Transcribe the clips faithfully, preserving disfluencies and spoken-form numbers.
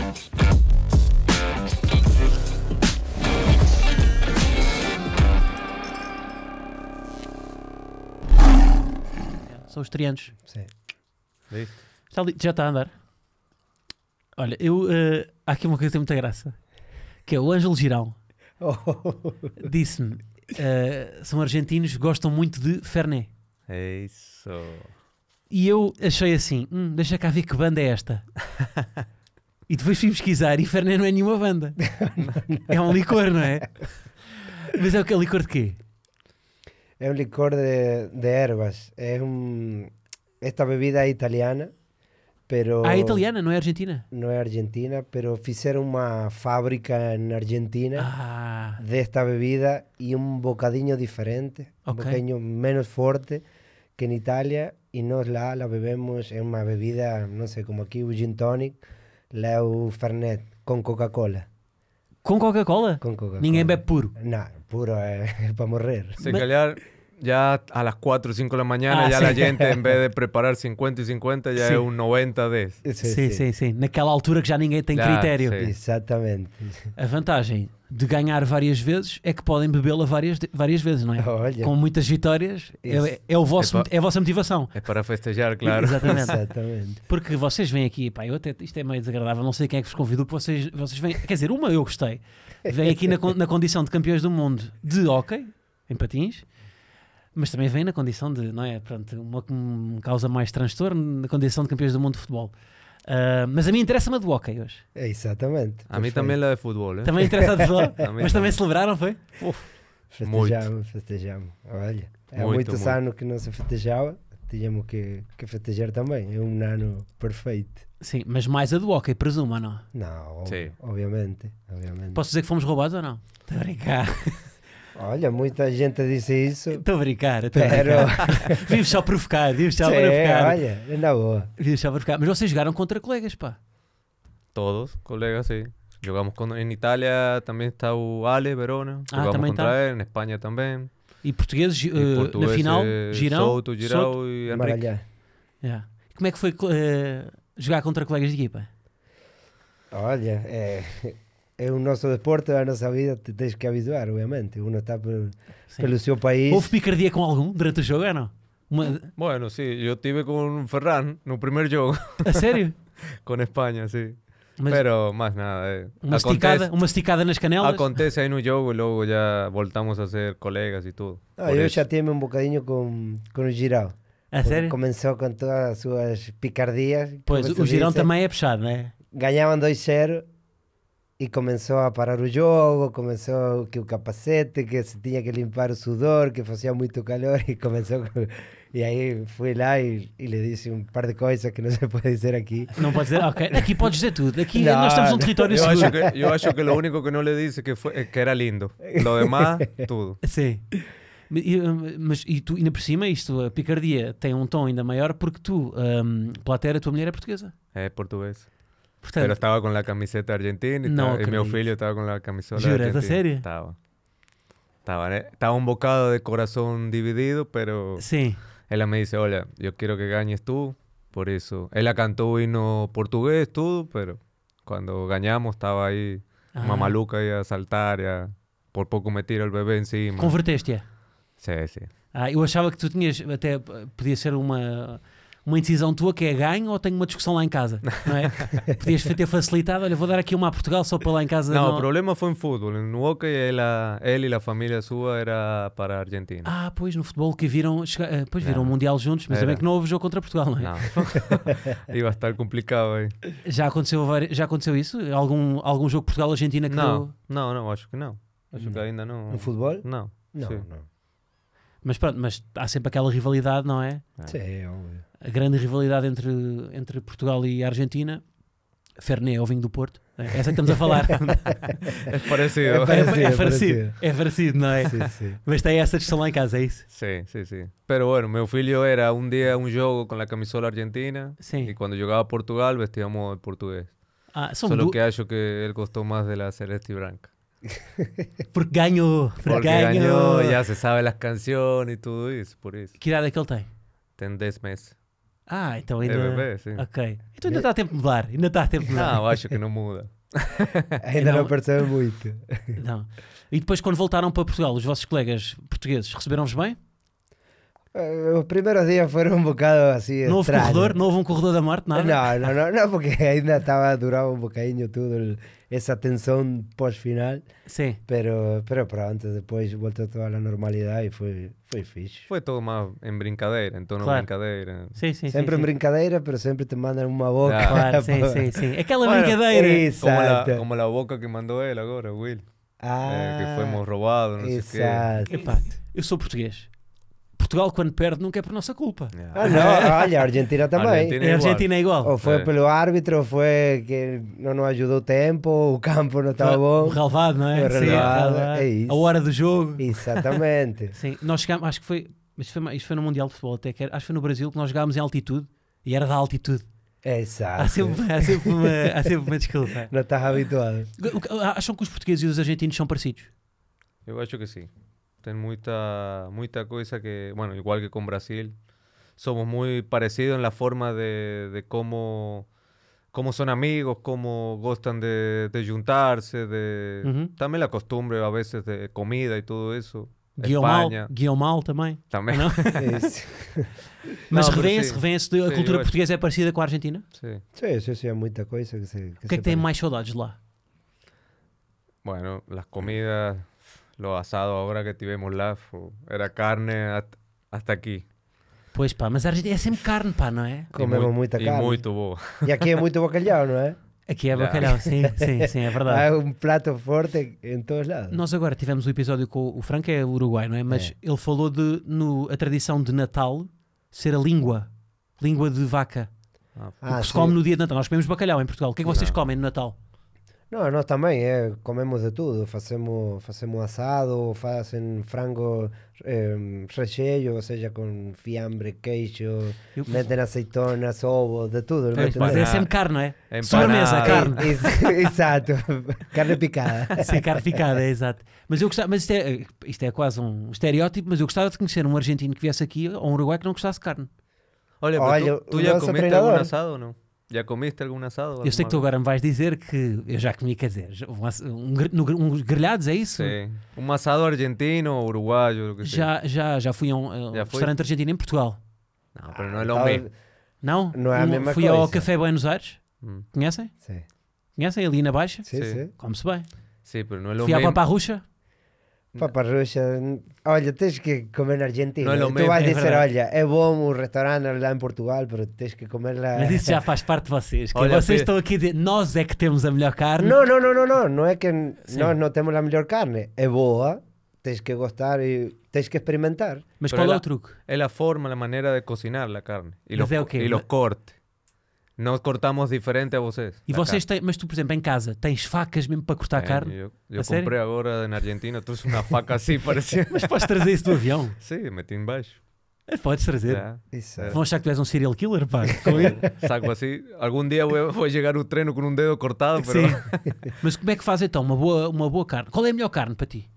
São os trianos. Sim. Já, li- já está a andar. Olha, eu, uh, há aqui uma coisa que tem muita graça. Que é o Ângelo Girão. Oh. Disse-me, uh, são argentinos, gostam muito de Fernet. É isso. E eu achei assim, hum, deixa cá ver que banda é esta. E depois fui pesquisar e Fernet não é nenhuma banda. É um licor, não é? Mas é o que é licor de quê? É un licor de, de ervas. É un... Esta bebida é italiana, pero... Ah, é italiana, não é argentina? No é argentina, pero fizeram uma fábrica en Argentina Ah, desta bebida e un bocadinho diferente, un Ok. bocadinho menos forte que en Italia, e nós lá la bebemos, é uma bebida, non sei, como aquí o gin tonic, lá é o Fernet con Coca-Cola. com Coca-Cola? Con Coca-Cola. Ninguém bebe puro. No, puro é, é para morrer. Se Me- calhar ya a las cuatro o cinco de la mañana Ah, ya sí. la gente en vez de preparar cincuenta y cincuenta ya Sí. es un noventa diez. Sim, sim, sim. Naquela altura que já ninguém tem Já, critério. sim. Exatamente. A vantagem de ganhar várias vezes é que podem bebê-la várias, de- várias vezes, não é? Olha, Com muitas vitórias, Isso. é, é, o vosso, Epa. é a vossa motivação. Es para festejar, claro. Exatamente. exatamente. Porque vocês vêm aqui, pá, eu até, isto é meio desagradável, não sei quem é que vos convidou, porque vocês, vocês vêm, quer dizer, uma eu gostei, vêm aqui na, con- na condição de campeões do mundo de hóquei, em patins, mas também vêm na condição de, não é, pronto, uma, uma causa mais transtorno, na condição de campeões do mundo de futebol. Ah, mas a mim interessa-me a do hóquei hoje. Exatamente. A mí perfeito. también la de fútbol, ¿eh? Também interessa a de futebol, A mí mas também também. celebraram, foi? Festejamos, festejamos. Olha, há Muito, muitos muito. anos que não se festejava, tínhamos que, que festejar também. É um ano perfeito. Sim, mas mais a do hóquei, presumo ou não? Não, ob- Sim. obviamente, obviamente. Posso dizer que fomos roubados ou não? Estou a brincar, Olha, muita gente disse isso, estou a brincar, estou a pero... brincar. Vives só provocar, vives só Sim, provocar. olha, é na boa. Vives só provocar. Mas vocês jogaram contra colegas, pá. Todos, colegas, sí. Jugamos con... En Italia también está o Ale Verona. Ah, Jugamos también contra está. él. En España también. E portugueses, Y eh, na portugueses, final, Girão, Souto, Girau Souto. y Enrique. Maralhá. Yeah. Como é que foi eh, jogar contra colegas de equipa? Olha, é, é o nosso desporto, é a nossa vida, te tens que habituar, obviamente. Uno está pelo, Sim. pelo seu país. Houve picardia com algum durante o jogo ou não? Uma... Bueno, sí, yo tive con Ferran no primer jogo A sério? con España, sí. Mas Pero más nada. Eh. uma, Acontece, esticada, uma esticada nas canelas? acontece ahí no jogo y luego ya voltamos a ser colegas y todo. Ah, Por eu eso. já tive um bocadinho com, com o Girau. A sério? Começou com todas as suas picardias. Pois, como se o Girão dice. também é puxado, não é? Ganhavam dois a zero e começou a parar o jogo, começou que o capacete, que se tinha que limpar o sudor, que fazia muito calor e começou com... E aí fui lá e, e lhe disse um par de coisas que não se pode dizer aqui. Não pode dizer, ok, aqui podes dizer tudo. Aqui Não, nós estamos num não. território Yo seguro. acho, que, yo acho que lo único que no le dice que fue es que era lindo. Lo demás, todo. Sim. E, mas e tu, ainda por cima, isto, a picardia tem um tom ainda maior porque tu, um, Platera, a tua mulher é portuguesa. Es portugués. Portanto, Pero estaba con la camiseta argentina y, No estaba- y mi acredito. filho estaba con la camisola ¿Juras? ¿En argentina. serio? Estaba. Estaba, eh, estaba un bocado de corazón dividido, pero sim. ella me dice, hola, yo quiero que ganes tú, por eso. Ella cantó himno portugués, todo, pero cuando ganamos estaba ahí Ah, uma maluca ia saltar, ia... por pouco me tira o bebê encima. Converteste-a? Sim, sim. Ah, eu achava que tu tinhas, até eh, podia ser uma, uma indecisão tua que é ganho ou tenho uma discussão lá em casa, não é? Podias ter facilitado, olha, vou dar aqui uma a Portugal só para lá em casa. Não, não- o problema foi em futebol. No hockey, ela, ele e a família sua era para a Argentina. Ah, pois, no futebol que viram, chega- eh, pois viram o Não. Mundial juntos, mas Era. também que não houve jogo contra Portugal, não é? Não. Ia estar complicado aí. Já aconteceu, vari- já aconteceu isso? Algum, algum jogo Portugal-Argentina que Não, deu... não, não, acho que não. Acho que ainda não. No futebol? Não. Não, Sim. não. Mas pronto, mas há sempre aquela rivalidade, não é? É. Sim, é óbvio. A grande rivalidade entre, entre Portugal e Argentina. Fernet é o vinho do Porto. É essa que estamos a falar. É parecido. É É, parecido. é parecido, é parecido, não é? Sim, sim. Mas tem essa discussão lá em casa, é isso? Sim, sim, sim. Pero bueno, meu filho era um dia um jogo com a camisola argentina Sim. e quando jogava Portugal vestíamos el português. Ah, são Solo du... que acho que ele gostou mais de la celeste y blanca. Porque ganhou. Porque, Porque ganhou. ganhou, já se sabe as canções e tudo isso, por isso. Que idade é que ele tem? Tem dez meses. Ah, então É ainda... bebê, sim. Ok. Então ainda está a tempo de mudar. Ainda está a tempo de mudar. Não, acho que não muda. Ainda Não. não percebe muito. Não. E depois, quando voltaram para Portugal, os vossos colegas portugueses receberam-vos bem? Eh, Os primeiros días fueron un bocado así Não houve extraños. corredor? Não houve um corredor da morte? Nada? No, no, no, no, porque ainda estaba, duraba un bocadinho todo el- esa tensión post-final, Sim. pero, pero pronto, después volvió toda a normalidad y foi, foi fixe. Fue todo más en brincadeira, en tono Claro. de brincadeira. Sim, sim, Sempre sim, em sim. brincadeira, pero sempre te mandam uma boca. Ah. Claro, sim, sim, sim. Aquela Bueno, brincadeira. Como la, Exato. como la boca que mandó él ahora, Will. Ah, Eh, que fuimos robados, no sé qué. exato. Epá, eu sou português. Portugal, quando perde, nunca é por nossa culpa. Ya. Ah, não, olha, a Argentina também. Argentina. A igual. Argentina é igual. Ou foi É. pelo árbitro, ou foi que não nos ajudou o tempo, o campo não estava O bom. relevado, não é? O Sim, relevado, relevado. é isso. A hora do jogo. Exatamente. Sim, nós chegámos, acho que foi, isto foi, isto foi no Mundial de Futebol, até que era, acho que foi no Brasil, que nós jogámos em altitude e era da altitude. Exato. Há sempre, há sempre, uma, há sempre uma desculpa. Não estás habituado. O que- Acham que os portugueses e os argentinos são parecidos? Yo acho que sí. Ten mucha, mucha cosa que, bueno, igual que con Brasil, somos muy parecidos en la forma de, de cómo, cómo son amigos, cómo gustan de, de juntarse, de Uhum. también la costumbre a veces de comida y todo eso. Guiomal, España Guiomal também. también. Não? Isso. Mas Não, pero revêem-se, sim. revêem-se, de- a Sim, cultura eu acho. portuguesa é parecida com a Argentina? Sí. Sim, sim, sim, há muita coisa que se. O que é que têm mais saudades de lá? Bueno, las comidas, los asados ahora que tivemos lá, fu- era carne hasta, hasta aquí. Pois pá, mas a Argentina é sempre carne, pá, não é? Y Comemos muy- muita y carne. muito boa. E aqui é muito bacalhau, não é? Aqui é Já. bacalhau, sim, sim, sim, é verdade. Há um prato forte em todos os lados. Nós agora tivemos o episódio com o Franco, é Uruguai, não é? Mas É. ele falou de no, a tradição de Natal ser a língua, língua de vaca, Ah, o que se sim. come no dia de Natal. Nós comemos bacalhau em Portugal. O que é que vocês Não. comem no Natal? Não, nós também, é, comemos de tudo. Fazemos, fazemos assado, fazem frango eh, recheio, ou seja, com fiambre, queijo, Eu- metem azeitonas, ovos, de tudo. Pois, metem mas é Empanada. sempre carne, não é? Empanada. Sobremesa, carne. Ex- Exato, carne picada. Sem carne picada, é exato. Mas eu gostava, mas isto é, isto é quase um estereótipo, mas eu gostava de conhecer um argentino que viesse aqui ou um uruguai que não gostasse de carne. Olha, pero Olha, tú, tú o ya nosso comiste treinador. algún asado o no? ¿Ya comiste algún asado? Eu sei que tu alguna agora me vais dizer que eu já comi, quer dizer, um, ass- um, gr- no gr- uns grelhados, é isso? vez? Sí. Un asado argentino o uruguayo, lo que sea. Já, já, já fui a um, a um Já foi? restaurante argentino em Portugal. No, pero no es lo Tal- mismo. Não? Não é a Um- mesma Fui ao coisa. Café Buenos Aires. Mm. Conhecem? Sim, Conhecem? Ali na Baixa? sim, Sim. sim. Come-se bem. Sí, pero no es lo Fui à mismo. Paparrucha. Paparrucha, olha, tens que comer na Argentina. Não é lo tu mesmo. vais É dizer, verdade. olha, é bom o restaurante lá em Portugal, mas tens que comer lá. Mas isso já faz parte de vocês. Que Olha, vocês Pedro. estão aqui a dizer, nós é que temos a melhor carne. Não, não, não, não, não, não é que Sim. nós não temos a melhor carne. É boa, tens que gostar e tens que experimentar. Mas Pero qual é la- o truque? Es la forma, la manera de cocinar la carne. Y Mas los, é o co- quê? y los Ma- cortes. Nos cortamos diferente a vocês. E la vocês têm, mas tu, por exemplo, em casa, tens facas mesmo para cortar carne. carne? Eh, Yo, yo ¿A serio? compré ahora en Argentina, trouxe una faca así, parecía. Mas podes trazer isso do avião? Sí, metí en baixo. Eh, Podes trazer. Ya. Isso. É. Vão achar que tu és um serial killer, pá. Com ele. Saco así. Algún día voy, voy a llegar un treno con un dedo cortado, pero... Sim. Mas como é que faz então uma boa, uma boa carne? Qual é a melhor carne para ti?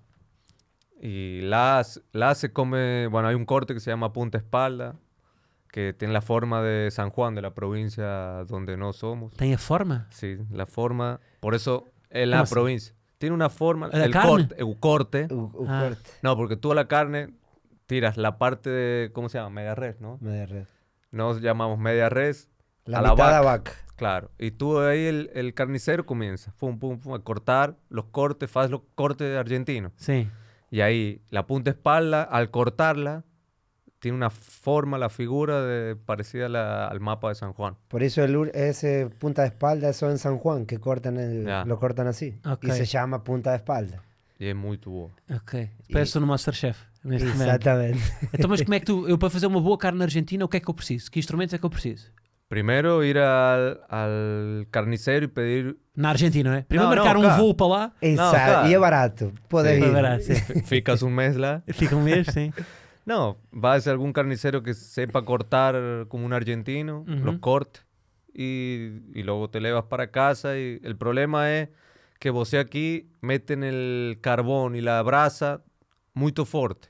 Y la, la se come, bueno, hay un corte que se llama punta espalda, que tiene la forma de San Juan, de la provincia donde no somos. Tem a forma? Sí, la forma, por eso es ¿Cómo la así? provincia. Tiene una forma, ¿La el carne? corte, el corte. O, o Ah. corte. No, porque tú a la carne tiras la parte de, ¿cómo se llama? Media res, ¿no? Media red. Nos llamamos media res, La A la mitad da vaca. vaca. claro. Y tú ahí el, el carnicero comienza, pum, pum, pum, a cortar los cortes, faz los cortes argentinos. Sim. Y ahí la punta espalda, al cortarla, tiene una forma, la figura de, parecida a la- al mapa de San Juan. Por eso el, ur- ese punta de espalda, eso en San Juan, que cortan el- Ya. lo cortan así. Ok. Y se llama punta de espalda. Y es muy tubo. Ok. Parece no Masterchef. Neste momento. Exatamente. Então, mas como é que tu, eu para fazer uma boa carne na Argentina, o que é que eu preciso? Que instrumentos é que eu preciso? Primero ir al, al carnicero y pedir... Na Argentina, não é? Primeiro Não, não, marcar um cá. voo para lá, Exato. claro. E é barato. Podes Sí. ir. para barato, sim. Ficas un mes lá. Fica um mês, sim. No, vas a algún carnicero que sepa cortar como un argentino, Ujú. los cortes, y, y luego te llevas para casa. Y el problema es que vos aquí meten el carbón y la brasa muy fuerte.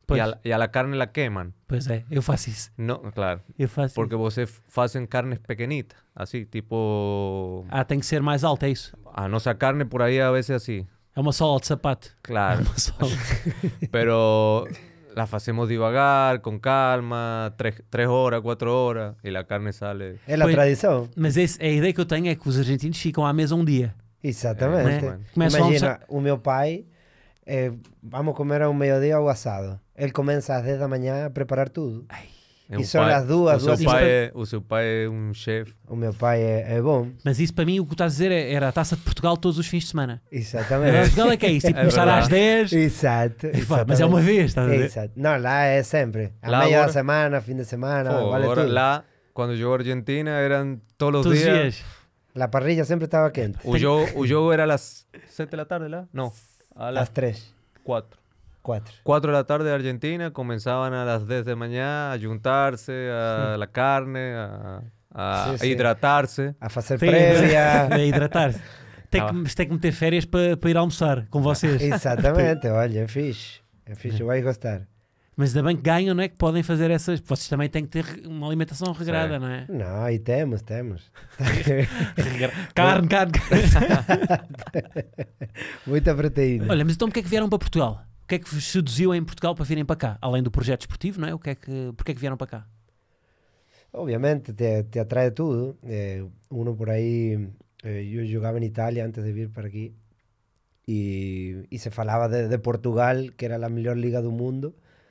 y a, la, y a la carne la queman. Pois é, eu faço isso. No, claro, Eu faço porque isso. você fazem carnes pequeñitas, así, tipo... Ah, tem que ser mais alto, é isso? A nossa carne por ahí a veces así, É uma sola de sapato. É claro. uma sola. Pero la hacemos divagar, con calma, tres, tres horas, cuatro horas, y la carne sale... É a Pois- tradição. Mas esse, a ideia que eu tenho é que os argentinos ficam à mesa um dia. Exatamente. É, Começam a Imagina, almoçar. o meu pai, eh, vamos comer ao meio-dia o assado. Ele começa às dez da manhã a preparar tudo. É E um são pai- as duas, o seu duas e pai meia. é, o seu pai é um chefe. O meu pai é, é bom. Mas isso para mim, o que tu estás a dizer é- era a Taça de Portugal todos os fins de semana. A Exatamente. Portugal é que é isso, tipo, É começar verdade. às dez, Exato. pá, mas é uma vez, estás a ver? Exato. Não, lá é sempre. A Lá meia agora- da semana, fim de semana, Pô, vale agora tudo. lá, quando jogou a Argentina, eram todos os Todos os dias. dias. A parrilla sempre estava quente. O jogo, o jogo era a las sete da tarde lá? Não, a Às las três, quatro. quatro. Cuatro de la tarde de Argentina, comenzaban a las diez de mañana a juntarse a la carne, a, a Sí, sí. hidratarse. A fazer Sim, prévia. a hidratar-se. Tem Ah. que, mas tem que meter férias para para ir almoçar com vocês. Exatamente, olha, é fixe. É fixe, vais gostar. Mas ainda bem que ganham, não é? Que podem fazer essas. Vocês também têm que ter uma alimentação regrada, Sim. não é? Não, aí temos, temos. Carne, carne, carne. Muita proteína. Olha, mas então porquê é que vieram para Portugal? O que é que vos seduziu em Portugal para virem para cá? Além do projeto esportivo, não é? O que é que, porquê é que vieram para cá? Obviamente te, te atrae tudo. Eh, uno por aí, eh, eu jogava em Itália antes de vir para aqui e, e se falava de, de Portugal, que era a melhor liga do mundo.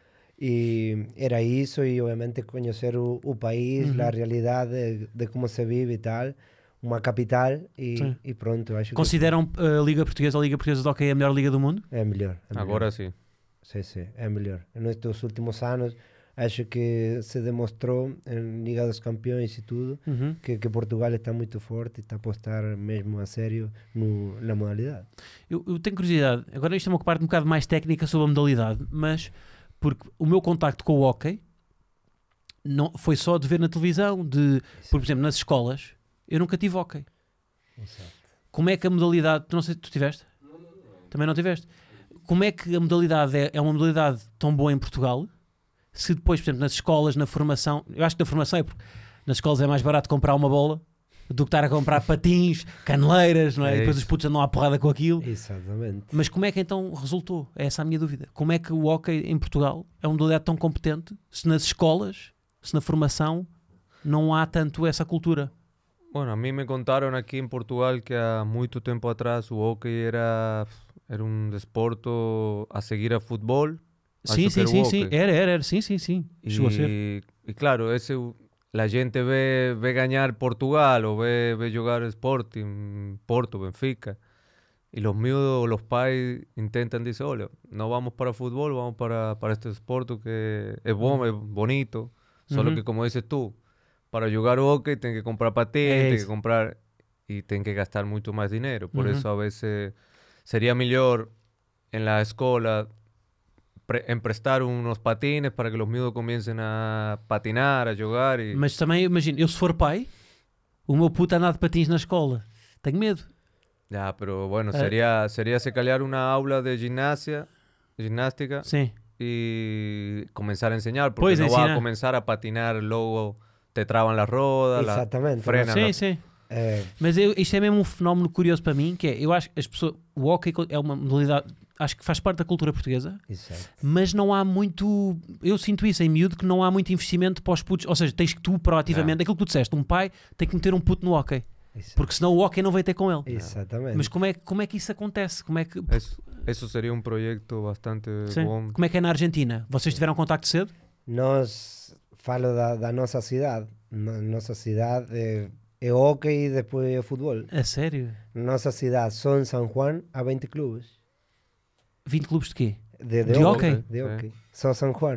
E era isso, e obviamente conhecer o, o país, Uhum. a realidade de, de como se vive e tal, uma capital e, Sim. e pronto, acho Consideram a Liga Portuguesa, a Liga Portuguesa de Hockey a melhor liga do mundo? que é melhor. É melhor. Agora sí. Sim, sim, é melhor. Nestes últimos anos, acho que se demonstrou em Liga dos Campeões e tudo, Uhum. que, que Portugal está muito forte e está a apostar mesmo a sério no, na modalidade. Eu, eu tenho curiosidade, agora isto é uma parte um bocado mais técnica sobre a modalidade, mas porque o meu contacto com o hockey não, foi só de ver na televisão, de, por exemplo, nas escolas, eu nunca tive hockey. Exato. Como é que a modalidade, tu não sei, tu tiveste? Também não tiveste? Como é que a modalidade é, é uma modalidade tão boa em Portugal, se depois, por exemplo, nas escolas, na formação, eu acho que na formação é porque nas escolas é mais barato comprar uma bola do que estar a comprar patins, caneleiras, não é? É E depois isso. os putos andam à porrada com aquilo. Exatamente. Mas como é que então resultou? É essa a minha dúvida. Como é que o hockey em Portugal é uma modalidade tão competente se nas escolas, se na formação, não há tanto essa cultura? Bueno, a mí me contaron aquí en Portugal que há muito tempo atrás o hockey era, era um desporto a seguir a futebol. Sim, Acho que sim, era o sim, sim. hockey. Era, era, era. Sim, sim, sim. Chegou a ser. Y, y claro, ese, la gente ve, ve ganar Portugal o ve, ve jugar Sporting, Porto, Benfica. Y los míos, los pais intentan, dicen, olha, no vamos para fútbol, vamos para, para este deporte que es bueno, es bonito. Solo Ujú. que como dices tú, para jugar hockey tienen que comprar patines, Es tienen eso. que comprar y tienen que gastar mucho más dinero. Por Ujú. eso a veces sería mejor en la escuela pre- emprestar unos patines para que los míos comiencen a patinar, a jugar. Y... Mas também, imagino, eu se for pai, o meu puto andar de patins na escola, tenho medo. Ya, pero bueno, Eh. sería, sería se calhar una aula de gimnasia, ginástica Sim. y comenzar a enseñar, porque Pois, no va ensinar. a comenzar a patinar, luego te traban las rodas, la- Exatamente. frenan. Sim, la- sim. É, Mas eu, isto é mesmo um fenómeno curioso para mim, que é, eu acho que as pessoas, o hockey é uma modalidade, acho que faz parte da cultura portuguesa, exato. mas não há muito, eu sinto isso em miúdo, que não há muito investimento para os putos, ou seja, tens que tu proativamente, Não. aquilo que tu disseste, um pai tem que meter um puto no hockey, Exato. porque senão o hockey não vai ter com ele. Exatamente. Mas como é, como é que isso acontece? Como é que, Eso, eso sería un proyecto bastante sim, bom. como é que é na Argentina? Vocês tiveram contacto cedo? Nós, falo da, da nossa cidade. Na nossa cidade é, é hockey e depois é futebol. A sério? Nossa cidade, só em São Juan, há vinte clubes. vinte clubes de quê? De, De hóquei? De É. hóquei. Só São Juan.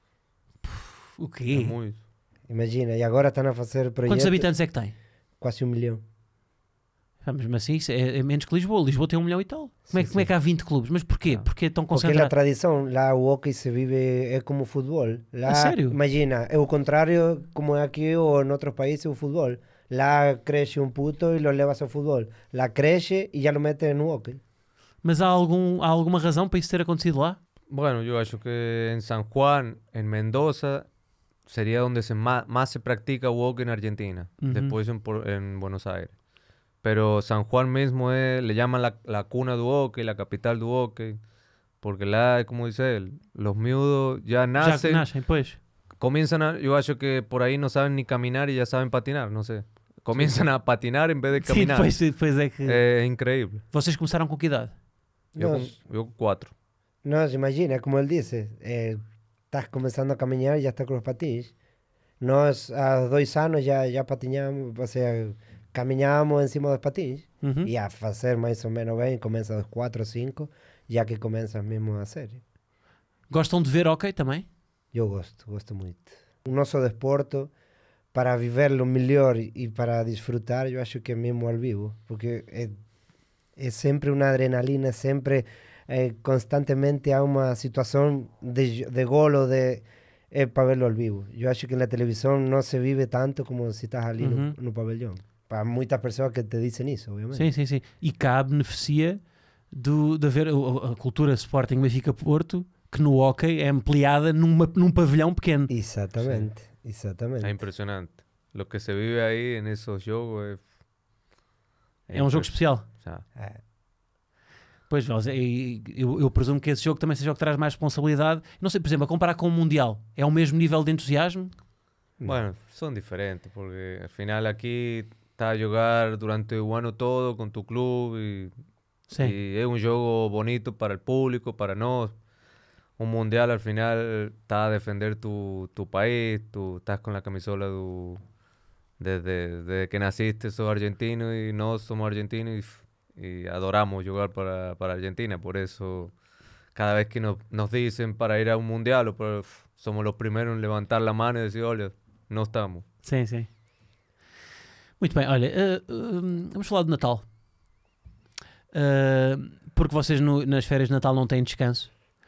O É quê? muito. Imagina, e agora estão a fazer projetos. Quantos habitantes é que tem? Quase um milhão. Ah, mas, mas sim, isso é, é menos que Lisboa. Lisboa tem um milhão e tal. Como é, que- Sim, como é sim. que há vinte clubes? Mas porquê? Ah. Porquê tão Porque é a concentrados? tradição. Lá o hockey se vive é como futebol. Lá, A sério? Imagina, é o contrário como é aqui ou em outros países o futebol. Lá cresce um puto e lo levas ao futebol. Lá cresce e já lo metem no hockey. Mas há, algum, há alguma razão para isso ter acontecido lá? Bueno, yo acho que en San Juan, en Mendoza, sería donde se más, más se practica hockey en Argentina. Ujú. Después en, Por- en Buenos Aires. Pero San Juan mismo es, le llaman la, la cuna del hockey, la capital del hockey. Porque lá, como dice él, los miudos ya Já nacen, que nascem, pois. comienzan a, yo acho que por ahí no saben ni caminar y ya saben patinar, no sé. Comienzan a patinar en vez de Sim, caminar. depois, depois é que... Es increíble. Vocês começaram com que idade? Yo, con, Nos, yo con cuatro. nos imagina, como él dice, eh, estás comenzando a caminar y ya está con los patins. Nos a dos años ya, ya patiñamos, o sea, caminábamos encima dos patins. Uhum. E a fazer mais ou menos bem, começa aos quatro ou cinco, já que começas mesmo a sério. Gostam de ver hockey também? Eu gosto, gosto muito. O nosso desporto, para viverlo melhor e para desfrutar, eu acho que é mesmo ao vivo, porque é, é sempre uma adrenalina, sempre, é, constantemente há uma situação de, de gol ou de... É para verlo ao vivo. Eu acho que na televisão não se vive tanto como se estás ali Uhum. no, no pavilhão. Para muitas pessoas que te dizem isso, obviamente. Sim, sim, sim. E cá beneficia do, de haver a, a cultura Sporting Benfica Porto, que no hockey é ampliada numa, num pavilhão pequeno. Exatamente, exatamente. Es impresionante. Lo que se vive ahí en esos juegos es... É um jogo impres- especial. o sea, É. Pois, Vós, e eu, eu presumo que esse jogo também seja o que traz mais responsabilidade. Não sei, por exemplo, a comparar com o Mundial, é o mesmo nível de entusiasmo? bueno, son diferentes porque al final aquí estás a jugar durante el año todo con tu club y, Sim. y es un juego bonito para el público, para nosotros. Un mundial al final estás a defender tu, tu país, tú estás con la camisola du- desde, desde que naciste, sos argentino y no somos argentinos y, f- y adoramos jugar para, para Argentina. Por eso cada vez que nos, nos dicen para ir a un mundial, o para- f- somos los primeros en levantar la mano y decir, olha, no estamos. Sim, sim. Muito bem, olha, eh, hum, vamos falar de Natal. Eh, porque vocês no- nas férias de Natal não têm descanso.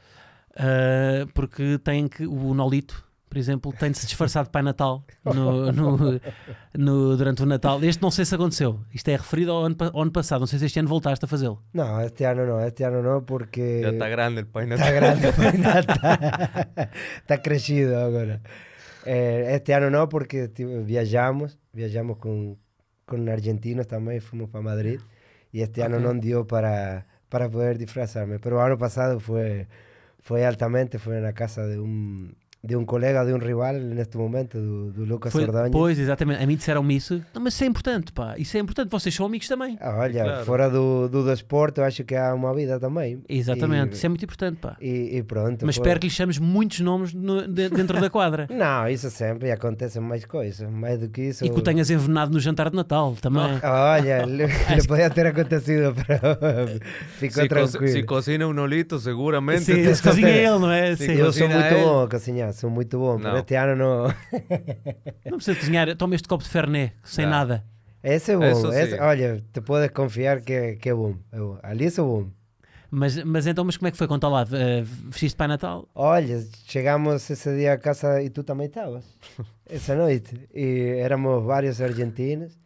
Eh, porque têm que, o Nolito, por exemplo, tem de se disfarçar de Pai Natal no, no- no- durante o Natal. Este não sei se aconteceu. Isto é referido ao ano, pa- ao ano passado. Não sei se este ano voltaste a fazê-lo. No, este año no, este año no porque Ya está grande el país. está grande, pues, no, está, está crecido ahora. Eh, este año no porque tipo, viajamos, viajamos con, con argentinos también, fuimos para Madrid y este año Ok. no dio para, para poder disfrazarme, pero el año pasado fue, fue altamente, fue en la casa de un, de un colega, de un rival en este momento, do, do Lucas Foi, Ordóñez. pois, exatamente. A mim disseram-me isso. Não, mas isso é importante, pá. Isso é importante. Vocês são amigos também. Ah, olha, Claro. fora do, do desporto, eu acho que há uma vida também. Exatamente. E- Isso é muito importante, pá. E, e pronto. Mas foi- espero que lhe chames muitos nomes no- de- dentro da quadra. Não, isso sempre acontece mais coisas, mais do que isso. E que o tenhas envenenado no jantar de Natal também. Olha, lhe, lhe podia ter acontecido, pero ficou Si, co- tranquilo. si cocina un olito, seguramente. Sim, te- se cozinha ele, não é? Sim, Sim. Eu sou Cocina muito ele. bom a cozinhar, sou muito bom, Não. mas este ano não. Não precisa cozinhar. Toma este copo de Fernet, sem Não. nada. Esse é bom, Isso esse- sim. olha, te podes confiar que, que é bom, é bom. Ali sou bom. Mas, mas então, mas como é que foi? Conta lá. Uh, vestiste Pai Natal? Olha, chegamos esse dia a casa e tu também estavas, essa noite. E éramos vários argentinos.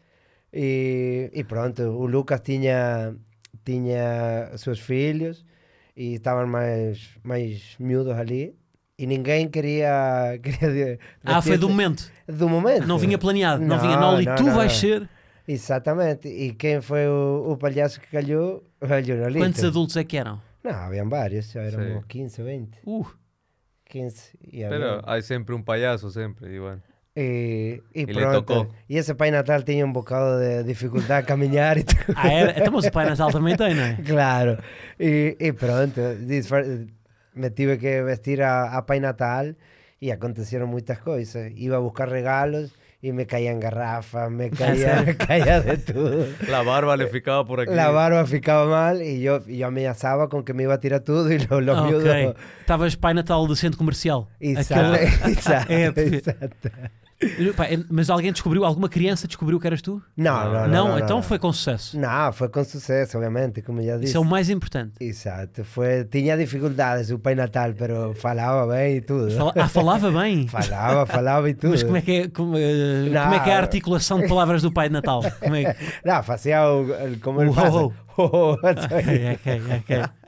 E, e pronto, o Lucas tinha, tinha seus filhos e estavam mais, mais miúdos ali. E ninguém queria. queria Ah, foi do vestir-se- momento. do momento. Não vinha planeado. Não, Não, vinha, Noli, não, tu não, vais não. ser. Exatamente. E quem foi o, o palhaço que calhou? Olha, o Nolito. Quantos adultos é que eram? Não, haviam vários, já éramos Sí. quinze, vinte. Uh, quinze. E, Pero había- hay siempre un payaso, siempre. Y bueno. e, e le pronto. tocou. E esse Pai Natal tinha um bocado de dificuldade a caminhar e tudo. ah, era. Então, mas o Pai Natal também tem, não é? Claro. E, e pronto, disfar- me tive que vestir a, a Pai Natal e aconteceram muitas coisas. Iba a buscar regalos e me caían garrafas, me caía, sério? caía de tudo. La barba le ficaba por aquí. La barba ficava mal e eu, eu ameaçava com que me iba a tirar tudo e los, los Ah, miúdos... ok. Estavas Pai Natal do centro comercial. Exato, Aquele- exato, É, porque- exato. Pá, é- mas alguém descobriu, alguma criança descobriu que eras tu? Não, não, não. Não, não, então não. foi com sucesso. Não, foi com sucesso, obviamente, como já disse. Isso é o mais importante. Exato, foi, tinha dificuldades o Pai Natal, pero falava bem e tudo. Fala- ah, falava bem. Falava, falava e tudo. Mas como é que é, como, eh, Não. como é que é a articulação de palavras do Pai de Natal? Como é que... Não, fazia o, o- como O ele faz. ho, ho. Ho, ho, Ok, ok, ok.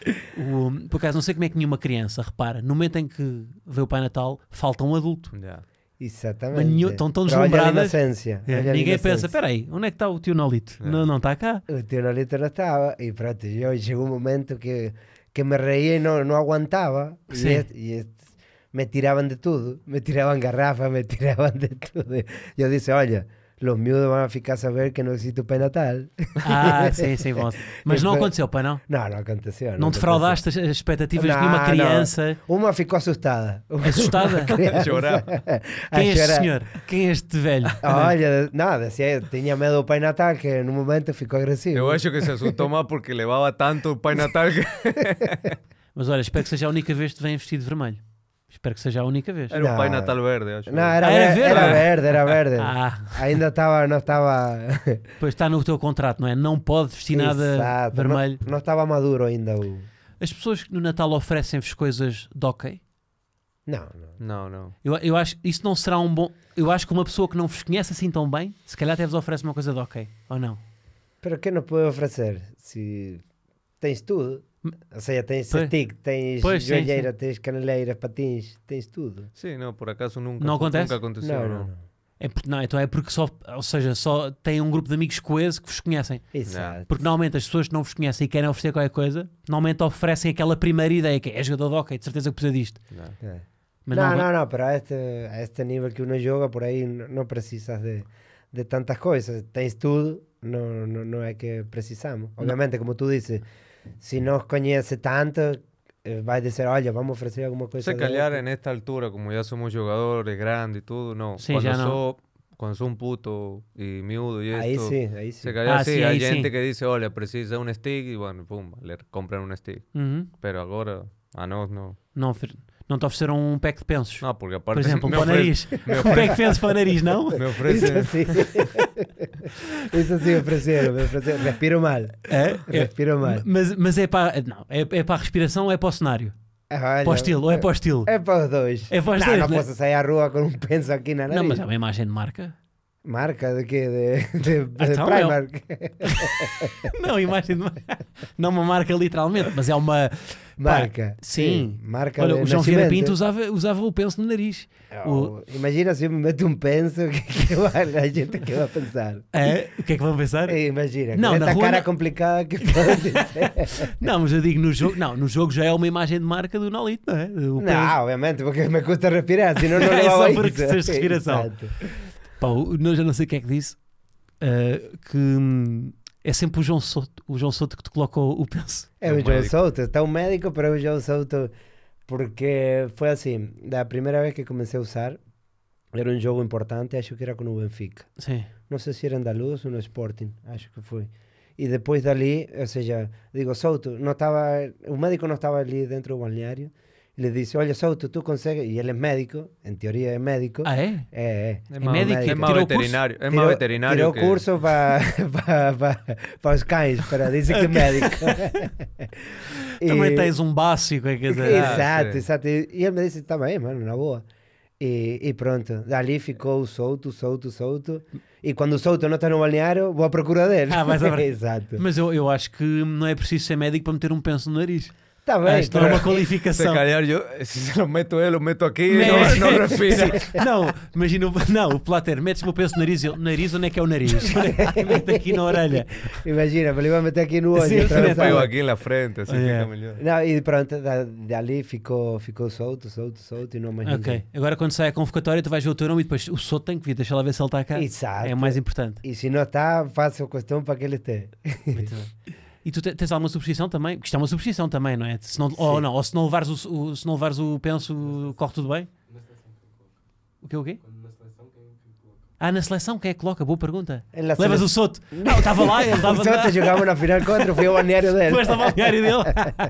O, por acaso, não sei como é que nenhuma criança, repara, no momento em que vê o Pai Natal, falta um adulto. Ya. Exatamente. Mas nenhum- estão tão Pero olha a deslumbradas. inocência, É, olha a ninguém pensa, inocência. espera aí, onde é que está o tio Nolito? É. Não, não está cá. O tio Nolito não estava e pronto, eu chegou um momento que, que me reía e não, não aguantava e, Sim. este, e este, me tiravam de tudo, me tiravam garrafas, me tiravam de tudo. Eu disse, olha, os miúdos vão ficar a saber que não existe o Pai Natal. Ah, sim, sim, bom. Mas E não foi- aconteceu, pai, não? Não, não aconteceu. Não defraudaste as as expectativas de nenhuma Não, criança. Uma ficou assustada. Assustada? A chorar. A Quem é este chorar. senhor? Quem é este velho? Olha, não, decía, tinha medo do Pai Natal que no momento ficou agressivo. Eu acho que se asustó más porque levaba tanto el Pai Natal que Mas olha, espero que seja a única vez que te vem vestido de vermelho. Espero que seja a única vez. era un No. Pai Natal verde. acho. Não, era, Ah, era ver- verde? era verde, era verde. Ah, Ainda estava, não estava. pois está no teu contrato, não é? Não pode vestir nada Exato, vermelho. Não, não estava maduro ainda o. As pessoas que no Natal oferecem-vos coisas de ok. Não, não. No, no. Eu, eu acho isso não será um bom. Eu acho que uma pessoa que não vos conhece assim tão bem, se calhar até vos oferece uma coisa de ok. Ou não? Pero que não pode oferecer? Se tens tudo. Ou seja, tens Pois. stick, tens Pois, sim, joelheira, tens caneleiras, patins, tens tudo. Sí, no, por acaso nunca, No acontece? nunca aconteció. Não, no. não, não. É porque, não, então é porque só, ou seja, só tem um grupo de amigos coeso que vos conhecem. Exato. Porque normalmente as pessoas que não vos conhecem e querem oferecer qualquer coisa, normalmente oferecem aquela primeira ideia que é, é jogador de hockey, de certeza que precisa disto. No. É. Mas não, não, não, não, pero a este, a este nível que uno joga, por aí n- não precisas de, de tantas coisas. Tens tudo, não, não, não é que precisamos. Obviamente, como tu dizes, se nos conhece tanto, eh, vai dizer, olha, vamos oferecer alguma coisa. Se de calhar esto. en esta altura, como ya somos jugadores grandes y todo, no. Sí, cuando ya no. sos, cuando sos un puto y miudo y Aí esto, sim, aí sim. se calhar Ah, sí, sí, hay ahí gente sí. que dice, olha, precisa un stick y bueno, pum, le compran un stick. Uhum. Pero ahora, a nós no. não, ofer- não te ofereceram um pack de pensos. No, porque Por aparte exemplo, me, para o nariz. ofrece, me, Um ofrece, pack de pensos para o nariz, não? me Isso ofrece, sim. Isso sim ofereceram, me ofereceram. Respiro mal. É? É. Respiro mal. Mas, mas é para, não, é, é para a respiração ou é para o cenário? Olha, Para o estilo, ou é para o estilo? É para os dois. É para os não, dois, não né? posso sair à rua com um penso aqui na nariz. Não, mas é uma imagem de marca. Marca de quê? De, de, de Então, Primark. Não, imagem de marca. Não uma marca literalmente, mas é uma... Marca. sim. Marca Olha, de o João Vieira nascimento. Pinto usava, usava o penso no nariz. Oh, imagina se eu me meto um penso, que, que vai, a gente que vai pensar. É? O que é que vão pensar? Eh, Imagina, Não, com na esta rua cara não- complicada que podem dizer. Não, mas eu digo no jogo... Não, no jogo já é uma imagem de marca do Nolito, não é? O penso. Não, obviamente, porque me custa respirar, senão não É levava só isso. por questões de respiração. Exato. Pá, o- eu já não sei o que é que disse, uh, que hum, é sempre o João Souto, o João Souto que te colocou o penso. É É o um João médico. Souto, está um médico, pero é o João Souto, porque foi assim, da primeira vez que comecei a usar, era um jogo importante, acho que era com o Benfica. Sim. Não sei se era Andaluz ou no Sporting, acho que foi. E depois dali, ou seja, digo, Souto, não estava, o médico não estava ali dentro do balneário, e lhe disse, olha Souto, tu consegues, e ele é médico, em teoria é médico, Ah, é? é, é. es É más, médico, es más tiró curso. veterinario, es Tirou- más veterinario tirou que... curso para pa, pa, pa os cães, para dizer que é médico. Também E- tens um básico, é quer dizer, ah, Exato, sim. exato. E e ele me disse, tá bem, mano, na boa. E, e pronto, dali ficou o Souto, Souto, Souto. E quando o Souto não está no balneário, vou à procura dele. Ah, vais à procura. Exato. mas eu, eu acho que não é preciso ser médico para meter um penso no nariz. Está bem, Acho que não é pero- uma Se qualificação. calhar yo, si se lo meto él, lo meto aquí, Me- no, no respira. Não, imagina, o- não, o Plater, metes-me o penso no nariz, eu, nariz, onde é que é o nariz? Mete aqui na orelha. imagina, me lo iba a meter aqui no olho. Sim, atravessado. Lo pego aquí en la frente, así Oh, yeah. fica melhor. Não, e pronto, da, dali ficou, ficou Souto, Souto, Souto e não mais Ok, ninguém. agora quando sai a convocatória tu vais ver o teu nome e depois o Souto tem que vir, deixa lá ver se ele está cá. Exato. É o mais importante. E se não está, faço questão para que ele esteja. Muito bem. E tu te- tens alguma superstição também? Porque isto é uma superstição também, não é? Se não, ou não, ou se não levares o, o- se não levares o penso, corre tudo bem? O quê, o quê? Ah, na seleção quem é que coloca? Boa pergunta. En la Levas sele- o Souto? Não, estava lá, ele O estava Souto lá. jogava na final contra, fui ao balneário dele. Depois estava ao diário dele.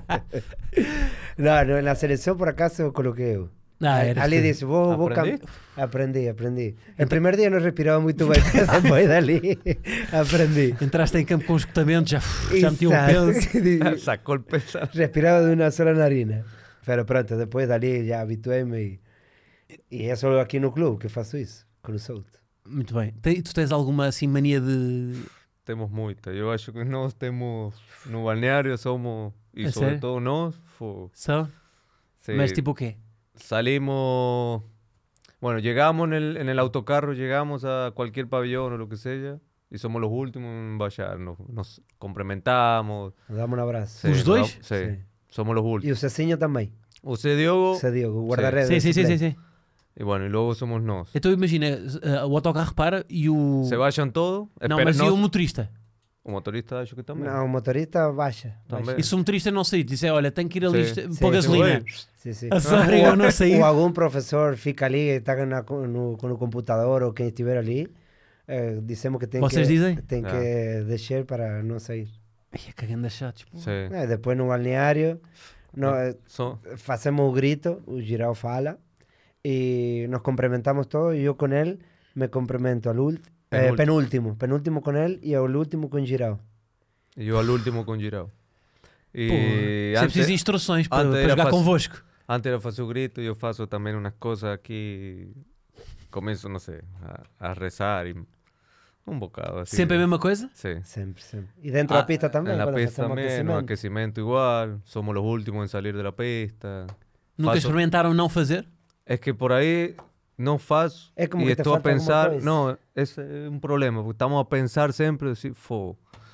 Não, não, na seleção por acaso eu coloquei eu. Ah, eras Ali tu. disse, vou, vou cam- Aprendiste? Aprendi, aprendi. O primeiro dia não respirava muito bem, mas depois dali aprendi. Entraste em campo com esgotamento, já, já meti um penso. Exato. Sacó el pesado. Respirava de uma sola narina. Pero pronto, depois dali já habituei-me e, e é só aqui no clube que faço isso, com o Souto. Muito bem. Tem- tu tens alguma assim mania de temos muita. Eu acho que nós temos, no balneário somos, e É sobre sério? todo nós, fo- Só? sí, Mas tipo o quê? salimos, bueno, llegamos en el, en el autocarro, llegamos a cualquier pabellón o lo que sea, y somos los últimos en bajar, nos, nos complementamos. Damos um abraço. sí, ¿Os nos dois? da- sí, Sí. somos los E últimos. o Cecinho também. Usted, Diogo, O Diogo, o guarda-redes. Sim, sim, sim, sim, suplente. sim. y bueno, y luego somos nós. Então imagina, eh, o autocarro para e o... Se vayan todos, Não, espera, mas e nós- o motorista? o motorista acho que também. Não, o motorista baixa. Também. baixa. E se o motorista não sair, disser, olha, tenho que ir ali Sim. isto- Sim, pôr sim, gasolina. Sim, sim. A só obriga a não sair. Ou algum professor fica ali, está na, no, com o computador ou quem estiver ali, eh, dizemos que tem Vocês que, dizem? tem Ah. que descer para não sair. Ai, que ganda chato. Tipo. Sí. Eh, depois no balneário, no, eh, So- fazemos o grito, o Girau fala, e nos cumprimentamos todos, e eu com ele me cumprimento al ult eh, Penúltimo. penúltimo, penúltimo com ele e ao último com Girau. y yo al último con Girao. Pô, Y você precisa de antes, instruções para, antes para era jogar fácil. convosco. antes era fazer o grito, yo faço también unas cosas aquí. Comienzo, no sé, a, a rezar y un bocado así. Sempre a mesma coisa? Sí. Sempre, sempre. E dentro Ah, da pista também, En la quando pista fazemos también, no, aquecimento. aquecimiento igual. Somos los últimos en salir de la pista. Nunca Faço- experimentaram não fazer? Es que por ahí no faço Es como y que te estoy a falta alguma pensar, coisa. no, es eh, un problema, porque estamos a pensar sempre assim, fo,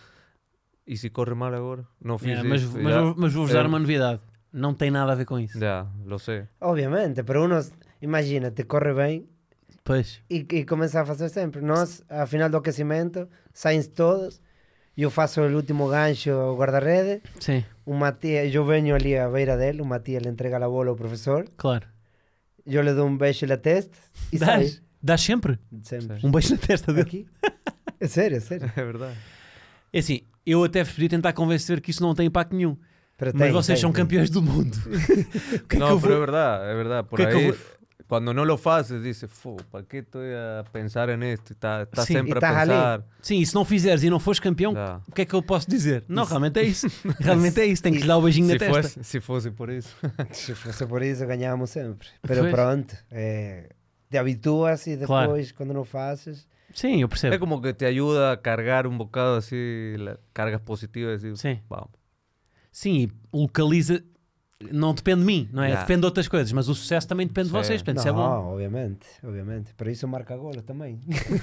e se corre mal agora? Não fiz Yeah, mas, isto, mas, já, vou- mas vou-vos é- dar uma novidade. Não tem nada a ver com isso. já, lo sei. Obviamente, pero uno, imagina, te corre bem Pois. e, e começa a fazer sempre. Nós, a final do aquecimento, saem todos, eu faço o último gancho ao guarda-rede, Sim, o Matias, eu venho ali à beira dele, o Matias le entrega a bola ao professor, claro. eu lhe dou um beijo na testa e sai. Dás, dás sempre Sempre. um beijo na testa dele. Aqui? É sério, é sério. É verdade. É assim, eu até vos podia tentar convencer que isso não tem impacto nenhum. Pero Mas tem, vocês tem, são tem. campeões do mundo. O que é No, que eu pero vou... es verdad, es verdad. Por ¿Qué que ahí, vou- cuando no lo haces, dices, fo, ¿para qué estoy a pensar en esto? Estás está Sí, siempre y a estás ali. pensar. Sim, e se não fizeres e não fores campeão, Já. o que é que eu posso dizer? Não, realmente é isso. Realmente é isso. Tenho que lhe dar o beijinho na Si testa. fuese, si fuese por eso. Se fosse por isso, ganhávamos sempre. Pero Pois. pronto, é, te habituas e Claro. depois, quando não fazes... Sim, eu percebo. Es como que te ayuda a cargar un bocado así, las cargas positivas. Y decir, Sim. vamos. Sim, e localiza... Não depende de mim, não é? Já. Depende de outras coisas, mas o sucesso também depende de Sim. vocês, portanto isso é bom. Não, obviamente, obviamente. Por isso marca gola também.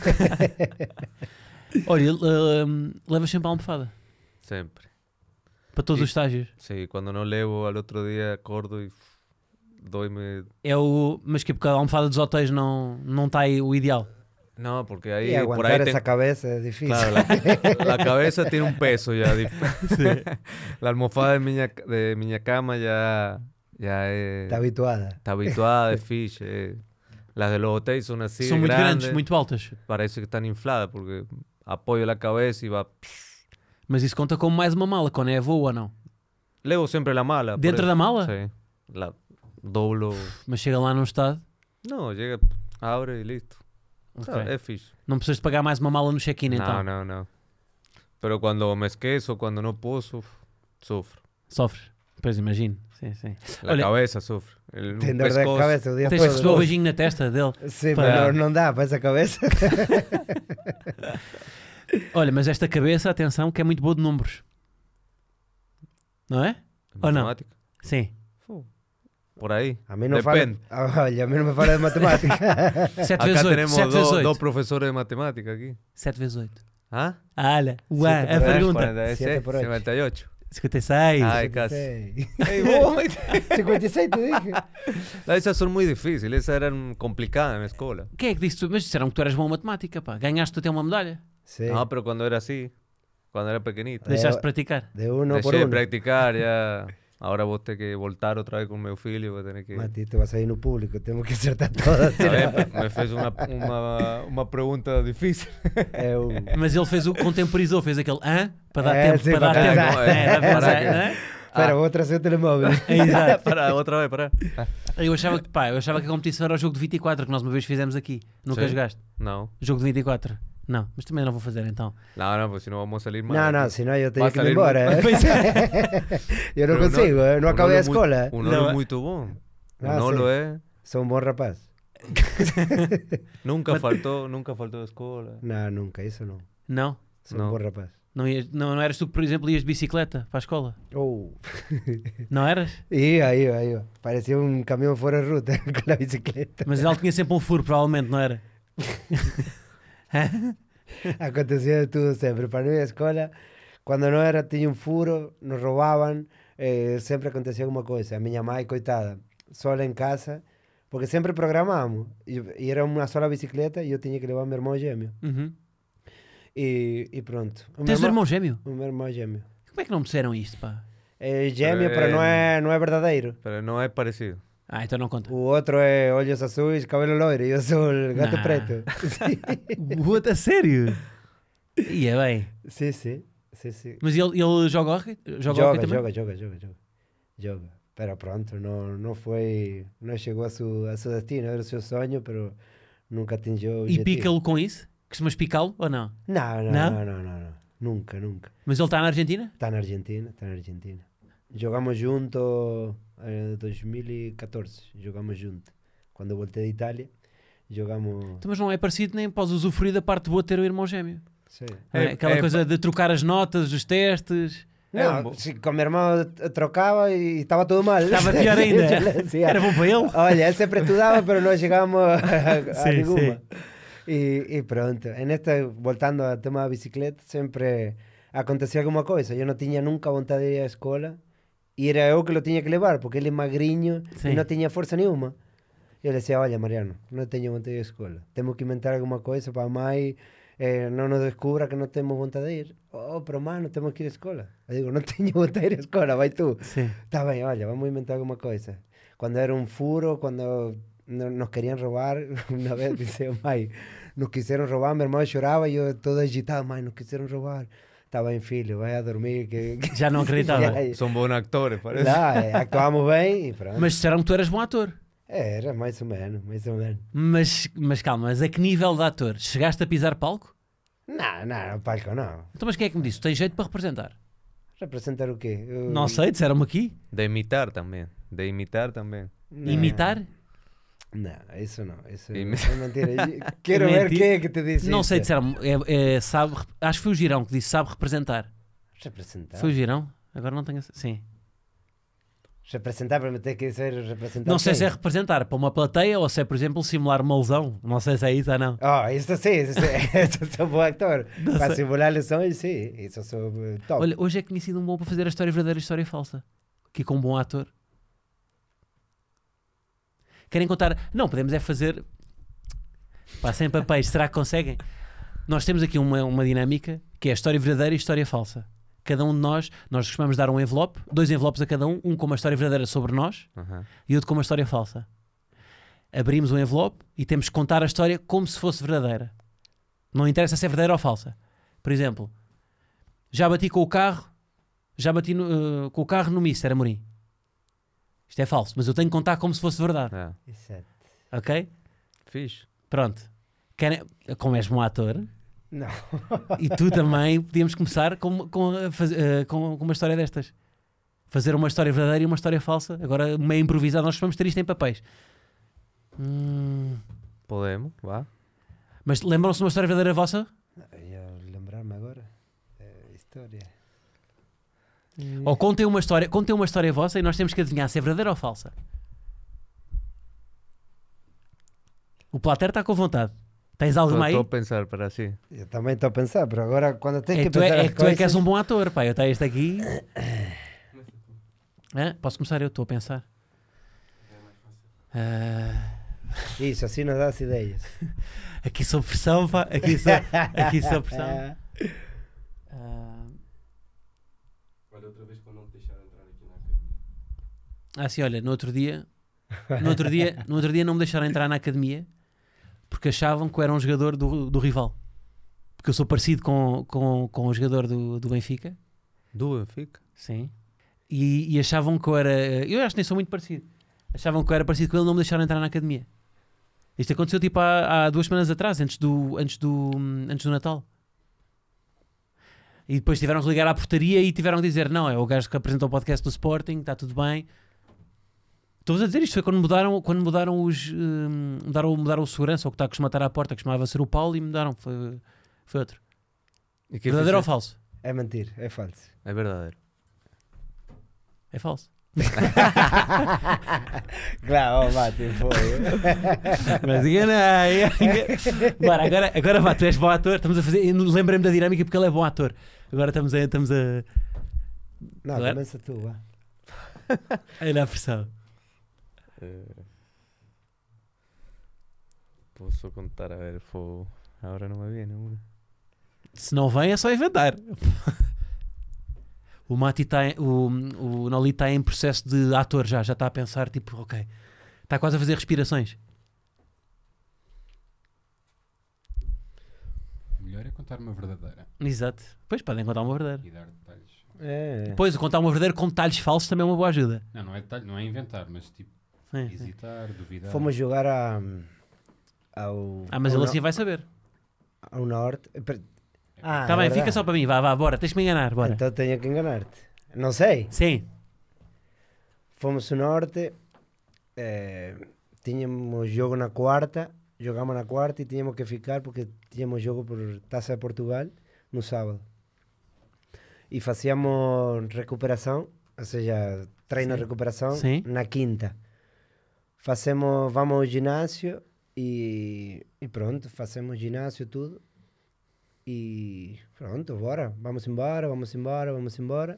Olha, uh, levas sempre a almofada Siempre. para todos E- os estágios. Sí, cuando no levo al otro día acordo y f- doy-me... É o... Mas que porque a almofada dos hotéis não, não está aí o ideal. No, porque ahí, E por aguantar ahí... essa te- cabeça é difícil. Claro, la, la cabeza tiene un peso ya. dif- La almohada de mi, de mi cama ya, ya es- Está habituada. está habituada de fish. eh. Las de los hoteles son así São de muito grandes. grandes, muito altas. Parece que están infladas porque apoyo la cabeza y va... Mas isso conta como mais uma mala, quando é voo ou não. Levo siempre la mala. por Dentro eso. da mala? Sí. La doblo... Mas chega lá num estado. No, llega, abre y listo. Ok. Sabe, es fish. Não precisas de pagar mais uma mala no check-in No, então. no, no. Pero cuando me esqueço, cuando no puedo, suf- sufro. Sofres. Pois imagino. Sim, sim. La Olha- cabeza sufre. El, Tem un dor de pescoço. cabeça o dia Tens que todo. receber o beijinho na testa dele. Sim, Para- mas não, não dá para essa cabeça. Olha, mas esta cabeça, atenção, que é muito boa de números. Não é? Ou não? Matemática. Sim. Fu, Por ahí. A mí no fala, Depende. Ah, olha, a mí no me fala de matemática. sete Acá vezes oito. tenemos sete vezes dos, oito. dos profesores de matemática aquí. sete vezes oito. ¿Ah? Ah, olha. Ué, Siete a por oito, pergunta. cuarenta y seis, Siete por ocho. cincuenta y ocho. cinquenta e seis. Ay, casi. Ey, vos, cinquenta y seis te dije. No, esas son muy difíciles. Esas eran complicadas en la escuela. Quem é que disse tu? Mas disseram que tu eras bom em matemática, pá. Ganhaste até uma medalha. Sí, No, pero cuando era así, cuando era pequeñita. Deixaste de praticar. de uno por Dejé de uno. practicar ya. Ahora vos tenés que voltar otra vez con mi filho. Voy a tener que... Mati, te vas a ir no público, temos que acertar todas. A ver, me fez uma, uma, uma pergunta difícil. É o... Mas ele fez o contemporizou, fez aquele hã para dar É, tempo, sim, para dar para tempo. pensar. É, para pensar, Para que- hã? Espera, Ah. vou trazer o telemóvel. É, exato. Para, outra vez, para. Eu achava que, pá, eu achava que a competição era o jogo de vinte e quatro que nós uma vez fizemos aqui. Nunca Sim. jogaste? Não. Jogo de vinte e quatro. Não, mas também não vou fazer então. Não, não, porque senão vamos salir mal. Não, não, senão eu tenho Vai que ir sair embora. muito- Pois Eu não Pero consigo, eu não o acabei a Nolo é muito- escola. O Não, Nolo é- é muito bom. O Ah, Nolo sim. é... Sou um bom rapaz. Nunca faltou, nunca faltou da escola. Não, nunca, isso não. Não? Sou Não. um bom rapaz. Não, ias, não, não eras tu que, por exemplo, ias de bicicleta para a escola? Oh. Não eras? Ia, ia, ia. Parecia um caminhão fora de ruta com a bicicleta. Mas ele tinha sempre um furo, provavelmente, não era? Acontecia tudo sempre. Para mim, a escola, quando não era, tinha um furo, nos roubavam, eh, sempre acontecia alguma coisa. A minha mãe, coitada, sola em casa, porque sempre programamos. E, e era uma sola bicicleta e eu tinha que levar meu irmão gêmeo. Uhum. E, e pronto. O Tens um meu irmão gêmeo? O meu irmão gêmeo. Como é que não me disseram isto, pá? É gêmeo, Pero pero é- não é, não é verdadeiro. Pero no es parecido. Ah, então não conta. O outro é olhos azuis, cabelo loiro, e eu sou o gato Nah. preto. O outro, a sério? Ia bem. Sim, sim. sim, sim. Mas ele, ele joga hockey? Joga, Joga, hockey também? joga, joga, joga, joga. Joga. Pero pronto, não, não foi, não chegou a seu, a seu destino, era o seu sonho, pero nunca atingiu o E objetivo. pica-lo com isso? Costumas picá-lo ou não? Não, não, Não? não, não, não, não. Nunca, nunca. Mas ele está na Argentina? Está na Argentina, está na Argentina. Jogamos junto em dois mil e catorze, jogamos junto. Quando eu voltei de Itália, jogamos... Então, mas não é parecido nem podes usufruir da parte boa de ter o irmão gêmeo. Sim. Não é? É- Aquela é- coisa de trocar as notas, os testes. É um Não, bo- se, com meu irmão trocava e estava tudo mal. Estava pior ainda. Sim, Era bom para ele. Olha, ele sempre estudava, mas não chegamos a, a Sim, nenhuma. sim. E, e pronto. En esta, voltando ao tema da bicicleta, sempre acontecia alguma coisa. Eu não tinha nunca vontade de ir à escola e era eu que lo tinha que levar, porque ele é magrinho Sim. e não tinha força nenhuma. Eu lhe dizia, olha Mariano, não tenho vontade de ir à escola. Temos que inventar alguma coisa para a mãe eh, não nos descubra que não temos vontade de ir. Oh, pero mano, temos que ir à escola. Eu digo, não tenho vontade de ir à escola, vai tu. Sim. Está bem, olha, vamos inventar alguma coisa. Quando era um furo, quando no- nos queriam roubar, uma vez disse, mãe, nos quiseram roubar, meu irmão chorava e eu todo agitado, mãe, nos quiseram roubar. Está bem, filho, vai a dormir. Que... que- Já não acreditava. Já- Son buenos actores, parece. Lá, eh, actuámos bem e pronto. Mas disseram que tu eras bom ator. Era mais ou menos, mais ou menos. Mas, mas calma, mas a que nível de ator? Chegaste a pisar palco? Não, não, palco não. Então, mas quem é que me disse? Tu tens jeito para representar? Representar o quê? Eu- Não sei, disseram-me aqui. De imitar también. De imitar también. Não. Imitar? Não, isso não. Isso Imi- é mentira. Quero ver Mentira. quem é que te disse Não isso. sei, disseram-me. É, é, sabe, acho que foi o Girão que disse sabe representar. Representar. Foi o Girão? Agora não tenho. a- Sim. Representar para me ter que ser representar. Não sei quem? se é representar para uma plateia ou se é, por exemplo, simular uma lesão. Não sei se é isso ou não. Oh, isso sim, isso, isso sou bom ator. Não Para sei. simular lições, sim, isso sou eh, top. Olha, hoje é conhecido um bom para fazer a história verdadeira e a história falsa. Aqui com um bom ator. Querem contar? Não, podemos é fazer. Pá, sem papéis, será que conseguem? Nós temos aqui uma, uma dinâmica que é a história verdadeira e a história falsa. Cada um de nós, nós costumamos dar um envelope, dois envelopes a cada um, um com uma história verdadeira sobre nós Ajá. e outro com uma história falsa. Abrimos o envelope e temos que contar a história como se fosse verdadeira. Não interessa se é verdadeira ou falsa. Por exemplo, já bati com o carro, já bati no, uh, com o carro no Mister Amorim. Isto é falso, mas eu tenho que contar como se fosse verdade. Ah, Exato. Ok? fish. Pronto. Querem, como és um ator, Não. e tu também, podíamos começar com, com, a faz- uh, com, com uma história destas. Fazer uma história verdadeira e uma história falsa. Agora, meio improvisado, nós vamos ter isto em papéis. Hum, Podemos, va. mas lembram-se de uma história verdadeira vossa? Eu lembrar-me agora. É, história. Ou contem uma história, contem uma história vossa e nós temos que adivinhar se é verdadeira ou falsa. O Plater está com vontade. Tens alguma aí? Estou a pensar para assim. Eu também estou a pensar, pero agora quando tens É que que tu pensar é, é as que tu é que és coisas- um bom ator, pá. Eu tenho este aqui. Hã? Posso começar? Eu estou a pensar. Ah, Isso, assim não dá as ideias. aqui sou pressão, pá. Aqui sou, aqui sou pressão. Ah, Olha, outra vez quando não te deixaram entrar aqui na academia. ah, sim, olha, no outro dia, no outro dia, no outro dia não me deixaram entrar na academia porque achavam que eu era um jogador do, do rival. Porque eu sou parecido com, com, com o jogador do, do Benfica. Do Benfica. Sim. E, e achavam que eu era. Eu acho que nem sou muito parecido. Achavam que eu era parecido com ele e não me deixaram entrar na academia. Isto aconteceu tipo há, há duas semanas atrás, antes do, antes, do, antes do Natal. E depois tiveram que ligar à portaria e tiveram que dizer: não, é o gajo que apresentou o podcast do Sporting, está tudo bem. Estou-vos a dizer isto, foi quando mudaram, quando mudaram os. hum, mudaram, mudaram o segurança, o que está a costumar estar à porta, que costumava ser o Paulo, e mudaram, foi, foi outro. ¿Y qué Verdadeiro ou fizeste? falso? É mentira, é falso. Es verdadero. É falso. Claro, oh, Mati, foi. Mas enganei. Bora, agora, agora vá, tu és bom ator. Estamos a fazer. Lembrei-me da dinâmica porque ele é bom ator. Agora estamos a. Estamos a. Não, Agora- começa tu, vá. a dar pressão. Eh, Puedo contar, a ver, fue... ahora no me viene una. Se não vem, é só inventar. O Mati está. O, o Noli está em processo de ator já. Já está a pensar, tipo, ok. Está quase a fazer respirações. O melhor é contar uma verdadeira Exato. Pois podem contar uma verdadeira. e dar detalhes. É. Depois, contar uma verdadeira com detalhes falsos também é uma boa ajuda. Não, não é detalhe, não é inventar, mas tipo, Sim, sim. hesitar, duvidar. Fomos jogar a, ao. Ah, mas ao ele no- assim vai saber. Ao norte. Espera- Ah, Está é bem, verdade. fica só para mim. Vá, vá, bora. Tens-me enganar, bora. Então tenho que enganar-te. Não sei. Sim. Fomos ao norte. eh, tínhamos jogo na quarta. Jogámos na quarta e tínhamos que ficar porque tínhamos jogo por Taça de Portugal no sábado. E fazíamos recuperação, ou seja, treino de Sim. recuperação Sim. na quinta. Fazemos, vamos ao ginásio e, e pronto, fazemos ginásio tudo. E pronto, bora, vamos embora, vamos embora, vamos embora.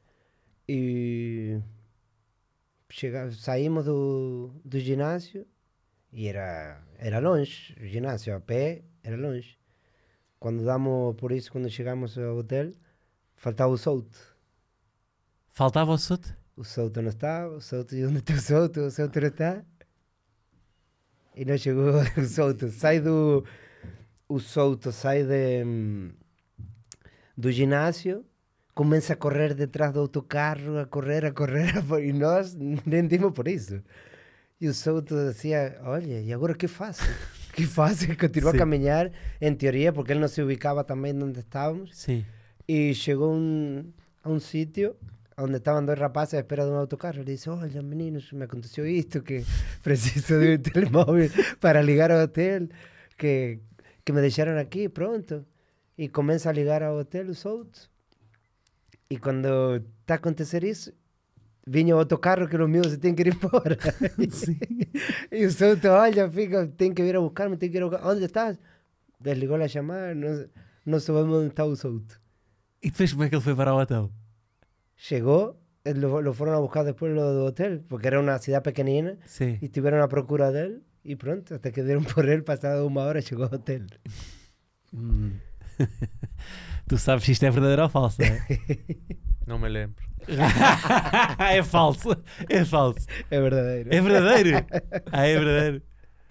E chega, saímos do, do ginásio e era, era longe, o ginásio a pé era longe. Quando damos, por isso, quando chegamos ao hotel, faltava o Souto. Faltava o soto? O Souto não estava, o Souto, e onde está o Souto? O Souto não está. E não chegou o Souto. Sai do... O Souto sai de, hum, do ginásio, começa a correr detrás do autocarro, a correr, a correr, a por- e nós nem dimos por isso. E o Souto dizia, olha, e agora o que faço? O que faço? E continuou Sim. a caminhar, em teoria, porque ele não se ubicava também onde estávamos. Sim. E chegou um, a um sítio onde estavam dois rapazes à espera de um autocarro. Ele disse, olha meninos, me aconteceu isto, que preciso de um telemóvel para ligar ao hotel, que, que me deixaram aqui, pronto. E começa a ligar ao hotel o Souto. E quando está a acontecer isso, vinha o autocarro que os meus têm que ir embora. E o Souto, olha, fica, tem que vir a buscar-me, tem que ir a buscar. Onde estás? Desligou a chamada, não, não sabemos onde está o Souto. E depois como é que ele foi para o hotel? Chegó, eh, lo, lo fueron a buscar después lo del hotel, porque era una ciudad pequeñina, Sim. y tuvieron a procura de él, y pronto, hasta que dieron por él, pasada uma hora, chegou ao hotel. Hum. Tu sabes se isto é verdadeiro ou falso, não é? No me lembro. É falso. É falso. É verdadeiro. É verdadeiro. Ah, é verdadeiro.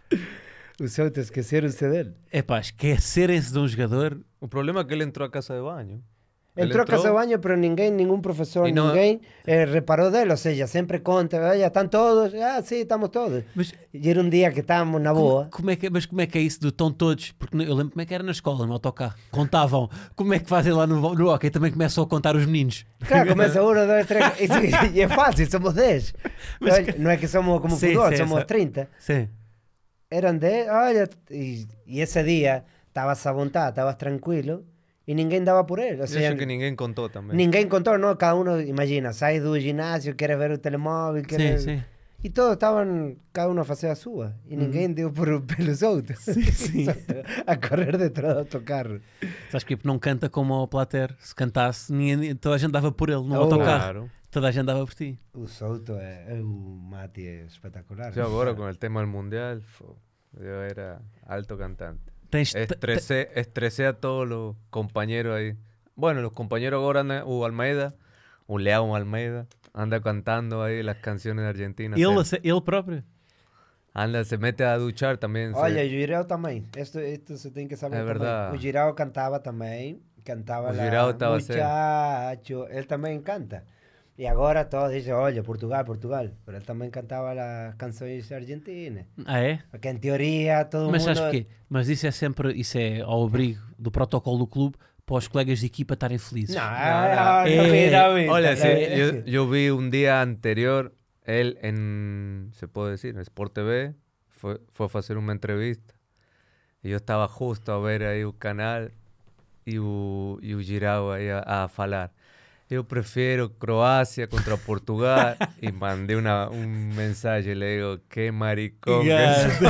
O Souto esqueceram-se dele. É pá, esquecerem-se de um jogador. El problema es que él entró a casa de baño. Él Entrou a casa de banho, pero ninguém, nenhum professor, E não- ninguém eh, reparou dele, ou seja, sempre conta, olha, estão todos, ah, sim, estamos todos. Mas E era um dia que estávamos na boa. como, como é que, mas como é que é isso do estão todos? Porque eu lembro como é que era na escola, no autocarro. Contavam. Como é que fazem lá no, no hockey? Também começam a contar os meninos. Claro, começa um, dois, três, e, e é fácil, somos dez. Mas Olha, não é que somos como Sim, futebol, sim, somos essa- trinta. Sim. Eram dez, olha, e, e esse dia estavas à vontade, estavas tranquilo e ninguém dava por ele. Ou Y seja, eso que ninguém contó también. ninguém contou, não? Cada um, imagina, sai do ginásio, quer ver o telemóvel, quer... Sim, sim. E todos estavam, cada um a fazer a sua. E ninguém deu por, pelos outros. Sim, sim. A correr detrás do autocarro. Sabes que não canta como o Plater. Se cantasse, ninguém, toda a gente dava por ele no Oh. autocarro. Claro. Toda a gente dava por ti. O Souto é, é o Mati é espetacular. Yo ahora con el tema del mundial, fo, yo era alto cantante. Tens, te- te- Estresé, estresé a todos los compañeros ahí. Bueno, los compañeros ahora, andan- o Almeida, o Leao Almeida, anda cantando ahí las canciones de Argentina. ele, se- ele próprio. anda, se mete a duchar también. se- Olha, o Girau também. Isto, isto você tem que saber É também. verdade. O Girau cantava também. Cantava O lá, Girau estava a ser- muchacho. Ele também canta. E agora todos dizem, olha, Portugal, Portugal. Mas ele também cantava as canções argentinas. Ah, é? Porque em teoria todo Mas mundo... sabes porquê? Mas isso é sempre, isso é ao abrigo do protocolo do clube para os colegas de equipa estarem felizes. Não, não. não, É, não, mira, mira, Hola, sí, é- yo, yo vi un día anterior, él en, se puede decir, en Sport T V, fue, fue a hacer una entrevista. Y yo estaba justo a ver ahí un canal e o, e o Girau aí a, a falar. Eu prefiro Croácia contra Portugal. E mandei uma, um mensagem, le digo, que maricón que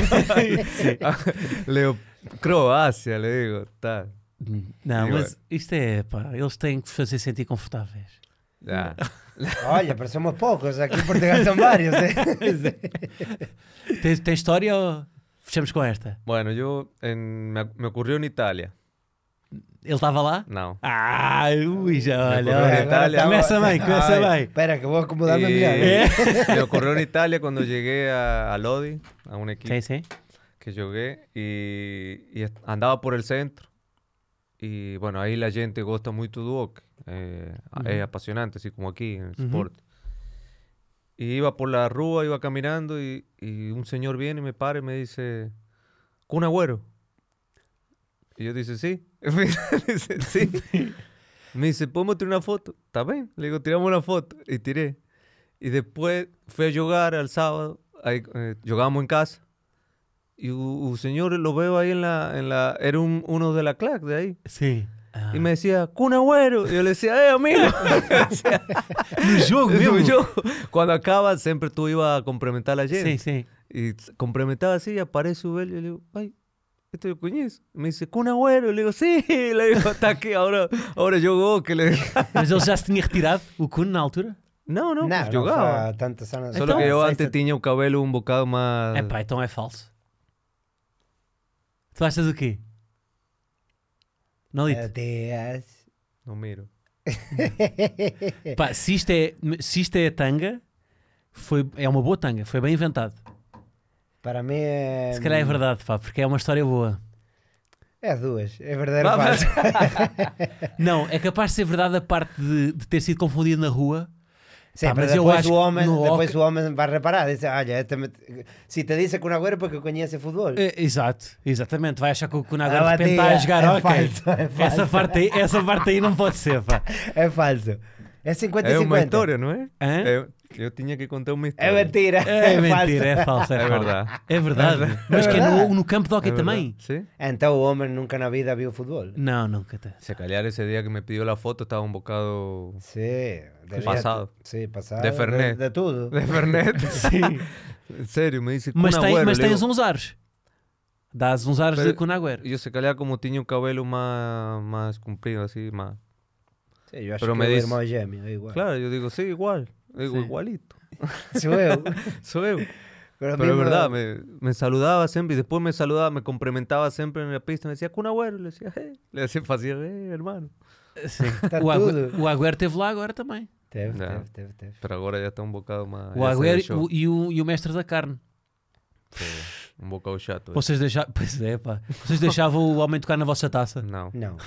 sos. Le digo, Croácia, le digo, tá. Não, E mas agora? isto é, pá, eles têm que fazer sentir confortáveis. Ya. Olha, pero somos poucos, aqui em Portugal são vários. ¿eh? Tem, tem história ou fechamos com esta? Bueno, yo en- me, me ocurrió en Italia. Ele estava lá? No. Ah, ui, já olha, correu olha. na Itália. Começa bem, começa Ai, bem. Espera, que vou acomodando a Y minha. ¿eh? me ocurrió en Italia cuando llegué a, a Lodi, a un equipo Sim, sim. que jugué, y, y est- andaba por el centro. Y bueno, ahí la gente gusta mucho do hockey. Eh, Ujú. Es apasionante, así como aquí en el Ujú. sport. Y iba por la rúa, iba caminando y, y un señor viene y me para y me dice, ¿Kun Agüero? Y yo dice, sí. Dice, sí. Me dice, ¿podemos tirar una foto? Está bien. Le digo, tiramos una foto. Y tiré. Y después fui a jugar al sábado. Ahí, eh, jugábamos en casa. Y un señor lo veo ahí en la... En la era un, uno de la claque de ahí. Sim. Ah. Y me decía, Kun Agüero. Y yo le decía, eh, amigo. No jogo Eso mesmo? yo, cuando acaba, siempre tú ibas a complementar a la gente. Sim, sim. Y s- complementaba así, y aparece su velho. Y le digo, ay, esto yo conheço. Me dice, Kun Agüero. Le digo, sí. Le digo, está aquí, ahora, ahora jogou. Que le digo, Mas ele já se tinha retirado, o Kuhn, na altura? no, no, Não, pues não jogaba. faz tantos anos. Solo Então, que eu seis, antes sete- tinha o cabelo um bocado mais... É pá, então é falso. Tu achas o quê? Não Eh, dito. Dias. Não miro. Pá, se isto é, se isto é tanga, foi, é uma boa tanga, foi bem inventado. Para mim é. Se calhar é verdade, pá, porque é uma história boa. É duas. É verdadeiro Vá, ou falso. Não, é capaz de ser verdade a parte de, de ter sido confundido na rua. Sim, Pá, pero mas eu depois acho o que homem, no depois hockey- o homem vai reparar, diz, olha, este me- se te disse Kun Agüero porque conhece futebol. É, exato, exatamente. Vai achar que o Kun Ah, agora de repente está a batia. jogar É ok. falso, é falso. Essa parte, aí, essa parte aí não pode ser, pá. É falso. É cinquenta e É uma cinquenta. história, não é? Hã? Eu, eu tinha que contar uma É história. mentira. É, falso. mentira, é falso. É, É falso. verdade. É verdade. Mas É que é verdade. no, no campo de hockey É verdade. também? Sim. Então o homem nunca na vida viu futebol. Não, nunca. Tá. Se calhar ese día que me pidió la foto estaba un bocado Sim. devia- Passado. Sim, passado. De Fernet. De, de tudo. de Fernet. Sim. En serio, me dice, Kun Mas, tem, Agüero. mas Le tens digo, uns ares. Dás uns ares Pero- de Kun Agüero. Yo se calhar como tenía un cabello más, más comprido, así, más... Sim, eu acho Pero que me é o diz- irmão gêmeo, é igual. Claro, yo digo, sí, igual. Digo, Sí. igualito. Sou eu. Soy eu. Pero, Pero es verdad, me, me saludaba siempre y después me saludaba, me complementaba siempre en la pista. Me decía, Kun Agüero. Le decía, hey. Le decía, fazia, hey, hermano. Sim. Tá O, Agüero, tudo. o Agüero esteve lá agora também. Teve, Não. teve, teve, teve. Pero ahora ya está un bocado más... O ya se Agüero deixou. o- e o, e o mestre da carne. Sí, un bocado chato. Vocês deixavam. Pois é, pá. Vocês deixavam o homem tocar na vossa taça. No. Não.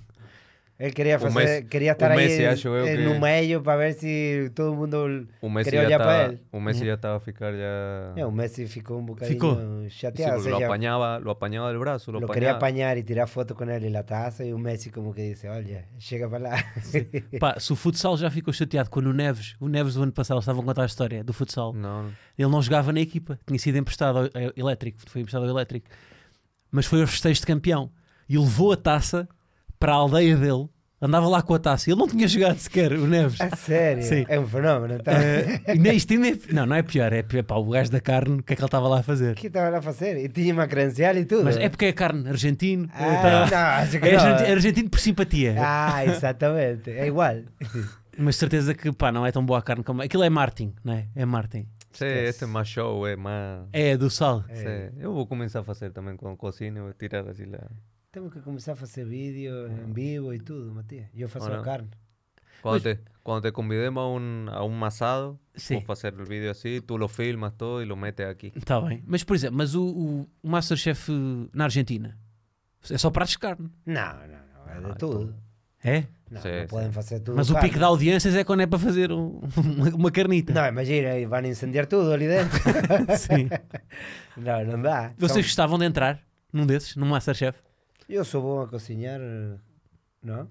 Ele queria O fazer, Messi- queria estar o aí Messi acho eu eh, que- no meio para ver se todo mundo. O Messi Quería ya olhar para estaba, él. o Messi ya estaba a ficar ya... É, o Messi ficou um bocadinho Ficou. Sí, chateado. porque ou lo seja, apañaba, lo apañaba del brazo, lo, lo queria apañaba. apanhar e tirar foto com ele na taça e o Messi como que disse, olha, chega para lá. Pá, se o futsal já ficou chateado quando o Neves, o Neves do ano passado, eles estavam a contar a história do futsal. No, no. Ele não jogava na equipa, tinha sido emprestado ao, ao elétrico, foi emprestado ao elétrico, mas foi aos festejos de campeão e levou a taça para a aldeia dele, andava lá com a taça e ele não tinha jogado sequer, o Neves. A sério? Sim. É um fenómeno. Então. Eh, e nem isto ainda é, não, não é pior, é pior, pá, o gajo da carne, o que é que ele estava lá a fazer? O que estava lá a fazer? E tinha uma credencial e tudo. Mas é porque é carne, argentino, Ah, eh, tá- não, acho que é não. argentino, é argentino por simpatia, Ah, exatamente. É igual. mas certeza que pá, não é tão boa a carne como aquilo é Martin, não é? É Martin, Sí, este es más show, es más... é do sal. É. Sí. Yo voy a comenzar a hacer también con cocina, voy a tirar así la... Temos que começar a fazer vídeo em vivo e tudo, Matias. Eu faço Ora. a carne. Cuando te, cuando te convidemos a un, a un masado, Sí. vos vas a hacer el vídeo así, tú lo filmas todo y lo metes aquí. Está bem. Mas, por exemplo, mas o, o, o Masterchef eh, na Argentina é só pratos de carne. Não, não, não. É de Ah, tudo. É? Não, Sim, não sim. podem fazer tudo. Mas o carne. pico de audiências é quando é para fazer um- uma, uma carnita. Não, imagina, aí vão incendiar tudo ali dentro. Sim. Não, não dá. Vocês São- gostavam de entrar num desses, num Masterchef? Eu sou bom a cozinhar, não?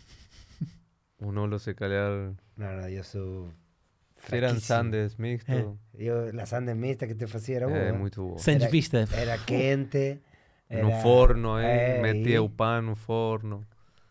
Uno lo se calhar... Não, não, eu sou. Eran fraquíssimo. sandes mixtos. Eu, a sandes mista que te fazia era boa. É muito boa. Sem Era- desvista. Era quente. No era- forno, É, eh. Metia e- o pão no forno.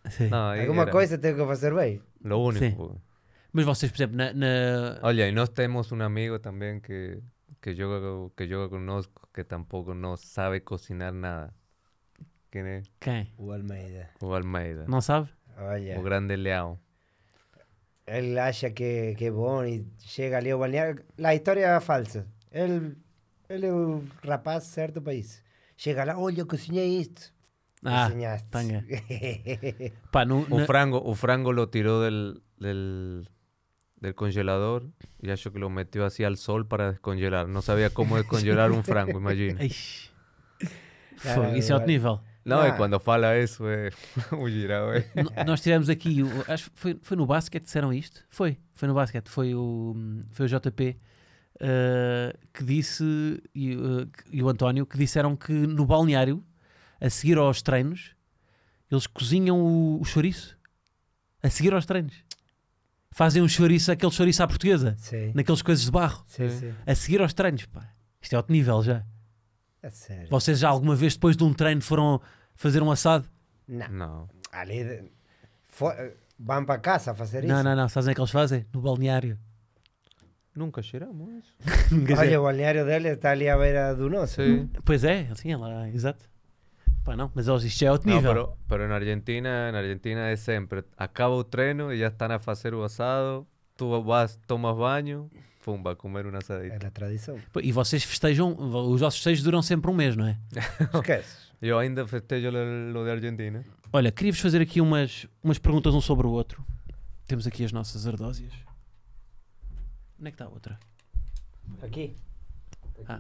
Sim. No, ahí Alguma era coisa tenho que fazer bem. lo único. Sí. pues. Mas vocês, por exemplo, na... na- Oye, y nos tenemos un amigo también que, que yo que yo conozco que tampoco no sabe cocinar nada. ¿Quién es? Quem? O Almeida. O Almeida. Não sabe? Olha, O Grande Leão. ele acha que, que é bom e chega ali ao balneário. A história é falsa. Ele, ele é o rapaz certo para isso. Chega lá, olha, eu cozinhei isto. Ah, Cozinhaste. tanga. Pá, no, O na- Frango, o Frango lo tiró del, del, del congelador y yo que lo metió así al sol para descongelar. No sabía cómo descongelar un frango, imagina. Ixi. Ah, Fogo, isso é outro agora- nível. No, y Ah. cuando fala eso, eh, muy girado, eh. N- Nós tivemos aqui, o- acho que foi, foi no basquete que disseram isto. Foi, foi no basquete. Foi o, foi o J P eh, que disse, e, eh, que- e o António, que disseram que no balneário, a seguir aos treinos, eles cozinham o, o chouriço. A seguir aos treinos. Fazem um chouriço, aquele chouriço à portuguesa, Sim, naqueles coisas de barro. sim, sim. A seguir aos treinos, pá. Isto é outro nível já. É sério. Vocês já alguma vez depois de um treino foram fazer um assado? Não. No. Ali de- fo- vão para casa a fazer isso. Não, não, não. Sabem o que eles fazem? No balneário. Nunca cheiramos eso. Quer dizer, Olha, o balneário dele está ali à beira do nosso. Sí. Pois é, assim, é lá, exato. Pá, não, mas eles, isto já é outro No, nível. pero, pero en Argentina, en Argentina es siempre, acaba el treno y ya están a hacer o asado, tú vas, tomas baño, pum, va a comer un asadito. É a tradição. Pô, E vocês festejam, os vossos festejos duram sempre um mês, não é? Esquece. Yo ainda festejo lo, lo de Argentina. Olha, queria-vos fazer aqui umas, umas perguntas um sobre o outro. Temos aqui as nossas ardósias. Onde é que está a outra? Aqui. Ah.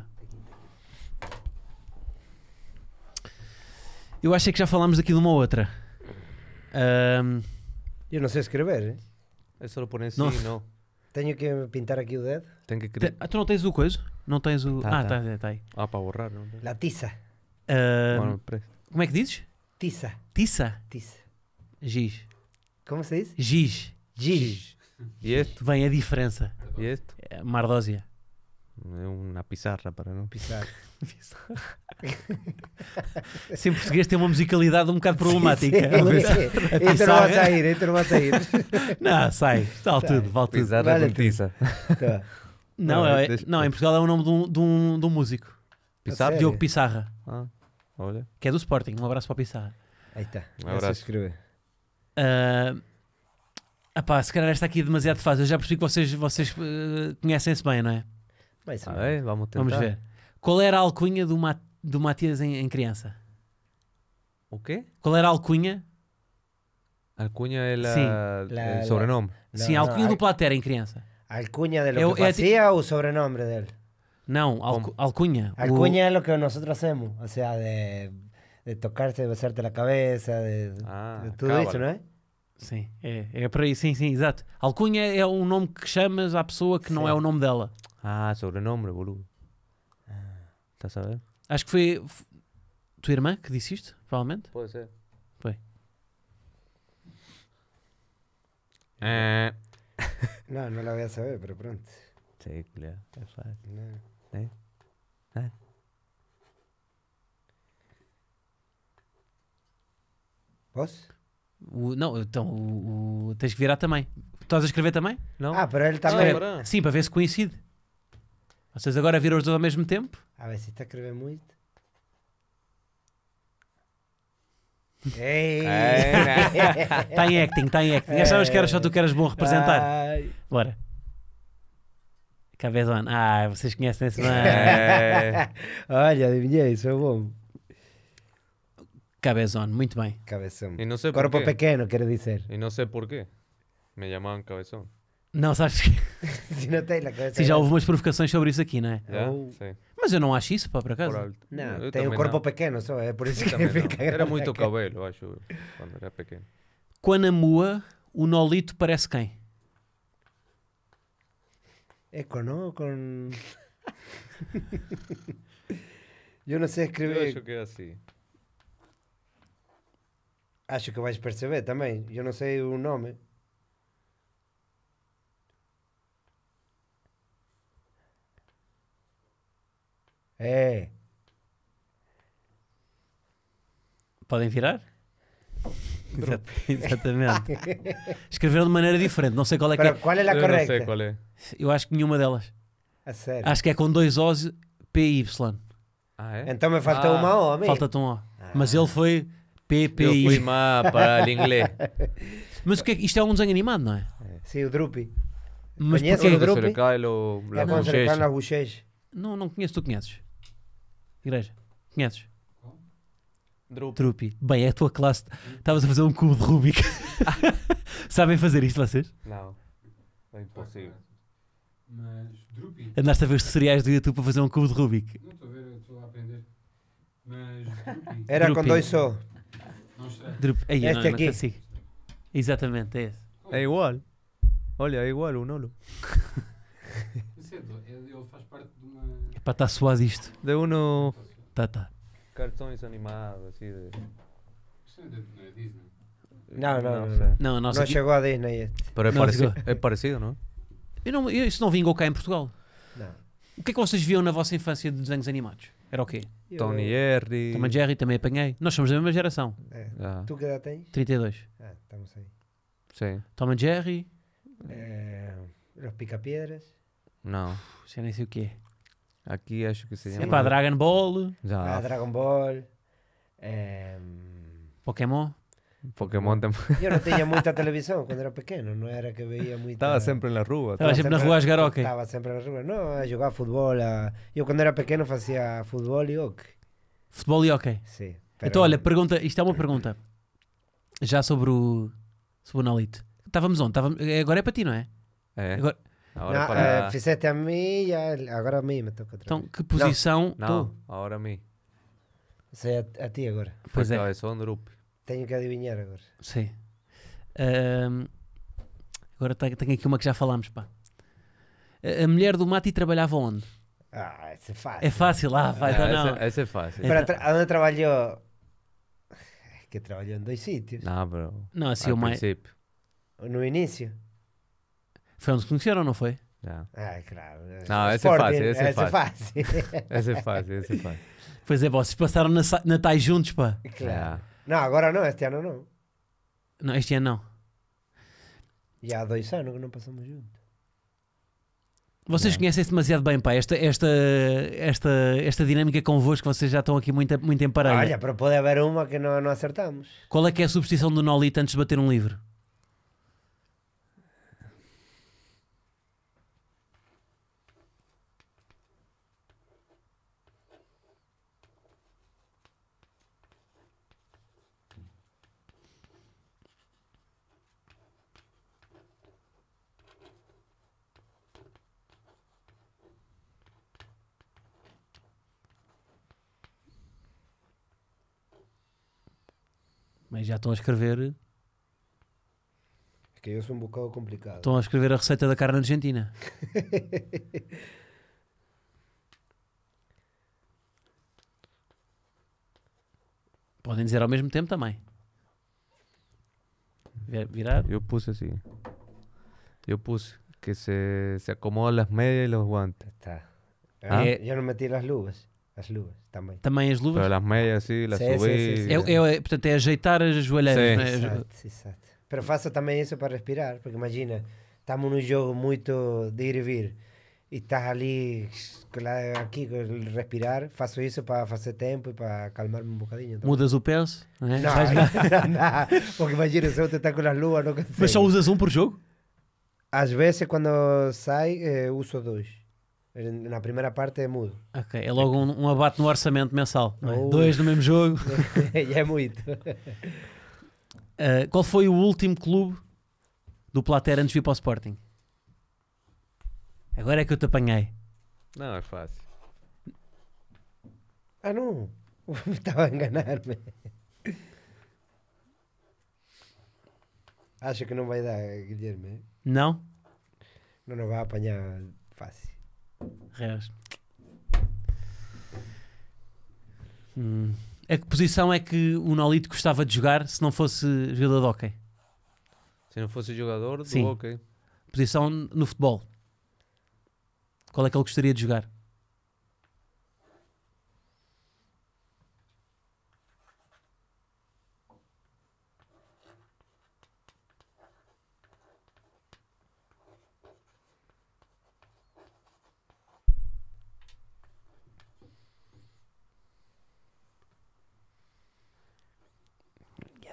Eu acho é que já falámos daqui de uma outra. Ahm, Eu não sei escrever. hein? Eso lo pones No. sí, no. Tenho que pintar aqui o dedo. Ten que te- escribir. ah, tu não tens o coisa? Não tens o. Tá, ah, tá. tá, tá aí. Ah, para borrar, ¿no? La tiza. Ahm, Bueno, pre- como é que dizes? Tiza. Tiça? Tiza. Giz. Como se diz? Giz. Giz. ¿Y esto? Vem a diferença. ¿Y esto? É uma ardósia. Es una pizarra para no Pisar. Se em português tem uma musicalidade um bocado problemática. Sim, sim. Isto não vai sair, isto não vai sair. Não, sai. Vale tudo, vale tudo. Pizarra Vale con tudo. tiza. Tá. Não, Não, é, deixa- não, em Portugal é o nome de um, de um, de um músico. Pizarra. sério? Diogo Pissarra, Ah, olha. que é do Sporting. Um abraço para o Pissarra. Aí está. Um abraço. escrever. Ah, apá, se calhar esta aqui é demasiado fácil. Eu já percebi que vocês, vocês eh, conhecem-se bem, não é? Vai ser. A ver, vamos a tentar. Vamos ver. Qual era a alcunha do, Ma do Matias em, em criança? ¿O qué? Qual era a alcunha? Alcuña es la, Sí. el La- la- sobrenombre. Não, Sim, a não, alcunha a- do Platera em criança. a alcuña de lo Eu- que é ti- fazia ou o sobrenome dele? Não, alcu alcunha. O- Alcuña es lo que nosotros hacemos. O sea, de, de tocarse, de besarte la cabeza, de, Ah, de tudo cábala. isso, não é? Sim, é, é por aí, sim, sim, exato. Alcunha é um nome que chamas à pessoa que não Sim. é o nome dela. Ah, sobrenombre, boludo. ¿Estás a ver? Acho que foi f- tua irmã que disse isto, provavelmente. Puede ser. Foi. Eh. Não, não la voy a saber, pero pronto. Sí, culiao, es fácil. Não. ¿Eh? Ah. Vos? O- não, então o, o- tens que virar também. Estás a escrever também? ¿No? Ah, pero ele Ah, também. pará. Sim, para ver se coincide. Vocês agora viram os dois ao mesmo tempo? A ver se está a escrever muito. Ei! Está em acting, está em acting. Achavas que eras só tu que eras bom a representar? Ai. Bora. Cabezón. Ah, vocês conhecem-se bem. Eh, Olha, adivinhei, sou bom. Cabezón, muito bem. Cabeção. y no sé por Corpo qué. pequeno, quero dizer. Y no sé por qué. Me llamaban cabezón. Não, sabes que Se não tem na cabeça. sim, já houve umas provocações sobre isso aqui, não é? ¿Ya? Oh. Sí. Mas eu não acho isso, pá, por Por acaso. alto. Não, Eu tem um também corpo não. pequeno só, é por isso Eu que também fica não. Era grande muito a cara. cabelo, acho, quando era pequeño. Quanamua, o Nolito parece quem? Eco, não? Com... Eu não sei Yo escrever. acho que é assim. Acho que vais perceber também. Eu não sei o nome. É. Podem virar? Exato- Exatamente. Escreveram de maneira diferente, não sei qual é que Pero é. ¿cuál es la Yo no sé correcta? cuál es. Eu acho que nenhuma delas. A sério. Acho que é com dois O's, P Y. Ah, ¿eh? Então me falta Ah, uma O a mim. Falta-te um O. Ah. Mas ele foi P P Yo fui I. más para el inglés. Mas o que é que isto é um desenho animado, não é? Sim, o Drupi. Mas Conhece porquê? o Que se Drupi? le cae lo, É la quando se lhe caem bochecha. as bochechas. Não, não conheço, tu conheces. Igreja, conheces? Drupi. Trupi. Bem, é a tua classe. Estavas a fazer um cubo de Rubik. Sabem fazer isto vocês? No, es imposible. Mas Drupi. Andaste a ver os tutoriais do YouTube para fazer um cubo de Rubik. Não estou a ver, estou a aprender. Mas Drupi. Era Drupi. com dois O. Não está. Drupi. Aí, Este não, não aqui. consigo. Exatamente, é esse. Es igual. Olha, es igual, un holo. Isso é do- Ele ele faz parte de uma. Epá, está suado isto. De unos Tá, tá. cartones animados, así de... Isso não é, da- não é Disney. Não, não, não, sé. não. Não, a nossa Não aqui- chegou a Disney este. Pero es, No, pareci- digo- es parecido, ¿no? Eu não, eu- isso não vingou cá em Portugal. Não. O que é que vocês viam na vossa infância de desenhos animados? Era o quê? Eu- Tony Jerry. Tom and Jerry também apanhei. Nós somos da mesma geração. É. Ah, Tu que idade tens? trinta e dois. Ah, estamos aí. sí. Tom and Jerry. Eh, Los Picapiedras. No. Já nem sei o que é. Aquí acho que se Sí. llama... Epá, Dragon Ball. Ah, Ya, Dragon Ball. Eh, Pokémon. Pokémon también. eu não tinha muita televisão quando era pequeno. Não era que veia muita... Estaba siempre en la rúa. Estaba sempre na rua a jogar hóquei. Estava sempre na rua. Não, a jogar futebol. A... Eu quando era pequeno fazia futebol e hockey. Futebol e hockey. Sim. Então, olha, pergunta, isto é uma pergunta. Já sobre o, sobre o Nolito. Estávamos onde? Estávamos, agora é para ti, não é? Eh, Agora, Ahora Não, para... eh, fizeste a mim e a- agora a mim me toca outra então, vez. que posição... No, tu- ahora a mí. Sei a, a ti agora. Fue Pois é. cabezón Drupi. Tenho que adivinhar agora. Sim. Ahm, agora te- tenho aqui uma que já falámos, pá. A, a mulher do Mati trabalhava onde? Ah, esse é fácil. É fácil, ah, vai, Ah, então não. ese, ese es fácil. É. Para tra onde trabalhou? Que trabalhou em dois sítios. No, pero... Não, assim, al o mais... principio. No início. Foi onde se conheceram, não foi? Ya. Ah, claro. Não, esse é Sporting, fácil, esse é esse é fácil. Ese es fácil, ese es fácil. Pois é, vocês passaram na, sa- Natais juntos, pá. Claro. Ya. Não, agora não, este ano não. Não, este ano não. Já há dois anos que não passamos juntos. Vocês Não. conhecem-se demasiado bem, pá. Esta, esta, esta, esta dinâmica convosco, vocês já estão aqui muito, muito em parelho. Olha, pero pode haver uma que não, não acertamos. Qual é que é a substituição do Nolito antes de bater um livro? Mas já estão a escrever, É que eu sou um bocado complicado. estão a escrever a receita da carne argentina. Podem dizer ao mesmo tempo também. Vi- Virar? Yo puse así. Yo puse que se, se acomodan las medias y los guantes. Tá. Ah. Eu, eu não meti as luvas. As luvas também. Também as luvas? Pero las medias sí, las Sí, sí, subí. sí, sí. É, é- portanto, é ajeitar as joelheiras. Sim. não é? Exato, exato. Pero faço também isso para respirar, porque imagina, estamos num jogo muito de ir e vir e estás ali com la- aqui com el respirar, faço isso para fazer tempo e para acalmar-me um bocadinho. Então. Mudas o peso. Não é? Não, Vais- não, não, porque imagina se outro está com as luvas, não consegue. Mas só usas um por jogo? Às vezes quando sai, eh, uso dois. Na primeira parte é mudo. Ok, é logo um, um abate no orçamento mensal. não é? Oh. Dois no mesmo jogo. E é muito. Uh, qual foi o último clube do Plater antes de vir para o Sporting? Agora é que eu te apanhei. No, es fácil. Ah, não. Estava a enganar-me. Acho que não vai dar, Guilherme. Não? Não nos vai apanhar fácil. Reus. Hum. A que posição é que o Nolito gostava de jogar se não fosse jogador de hóquei? Si no fuese jugador, Sí. du ok. Posição no futebol. Qual é que ele gostaria de jogar?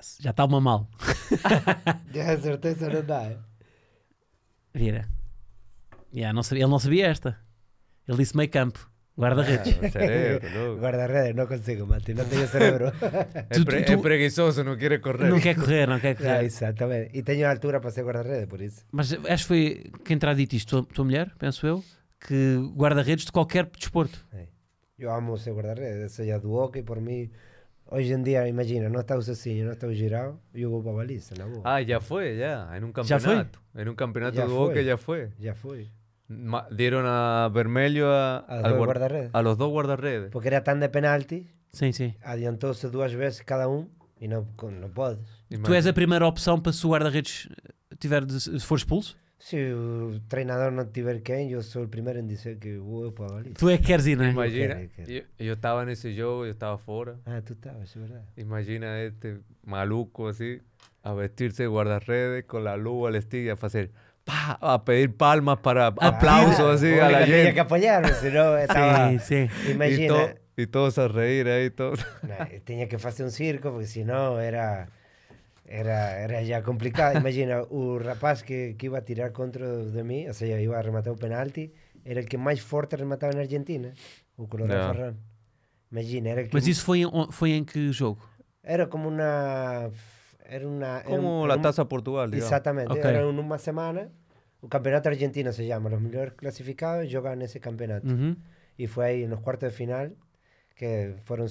já está uma mal. Já a certeza não dá, é? Vira. Yeah, não sabia, ele não sabia esta. Ele disse meio campo. Guarda-redes. Claro, cerebro, loco. Guarda-redes, não consigo, Mati, não tenho cerebro. Es, Tú- pre- tú- es preguiçoso, no quiere correr. Não quer correr, não quer Ah, correr. exatamente. E tenho a altura para ser guarda-redes, por isso. Mas acho que foi quem terá dito isto, tua, tua mulher, penso eu, que guarda-redes de qualquer desporto. Eu amo ser guarda-redes, seja do hockey, por mim. Hoje em dia, imagina, não está o Cecinho, não está o Girau, eu vou para a baliza, na boa. Ah, ya fue, ya. En un ¿Ya fue? campeonato. En un campeonato Ya de fue. hockey ya fue. Já foi. Ma- dieron a Vermelho a, A al dos guar- guarda-redes. a los dos guardarredes. Porque era tan de penalti, Sim, sim. adiantou-se duas vezes cada um e não, não podes. Tu és a primeira opção para se o guarda-redes tiver de, se for expulso? Se o treinador não tiver quem, eu sou o primeiro em dizer que vou para a baliza. Tu é que queres ir, não é? Imagina, quiero, quiero. yo, yo estaba en ese show, yo estaba fuera. Ah, tu estavas, é verdade. Imagina este maluco así, a vestirse de guardarredes con la luz al stick y a hacer pa, a pedir palmas para aplausos así a la Tinha que gente. apoiarme, senão estava... Sim, sim. Y, Imagina, to- y todos a reír ahí, todos. não, tinha que fazer um circo, porque senão era... Era, era já complicado. Imagina, o rapaz que, que iba a tirar contra de mim, ou seja, iba a rematar o penalti, era o que mais forte rematava na Argentina, o Colorado Yeah. Ferran. Imagina, era o que... Mas isso foi em, foi em que jogo? Era como uma... Era uma... era Como um- la era um- taza Portugal, digamos. Exatamente, Ok. era numa semana, o campeonato argentino se chama, os melhores classificados jogam nesse campeonato. Uhum. E foi aí nos quartos de final que foram...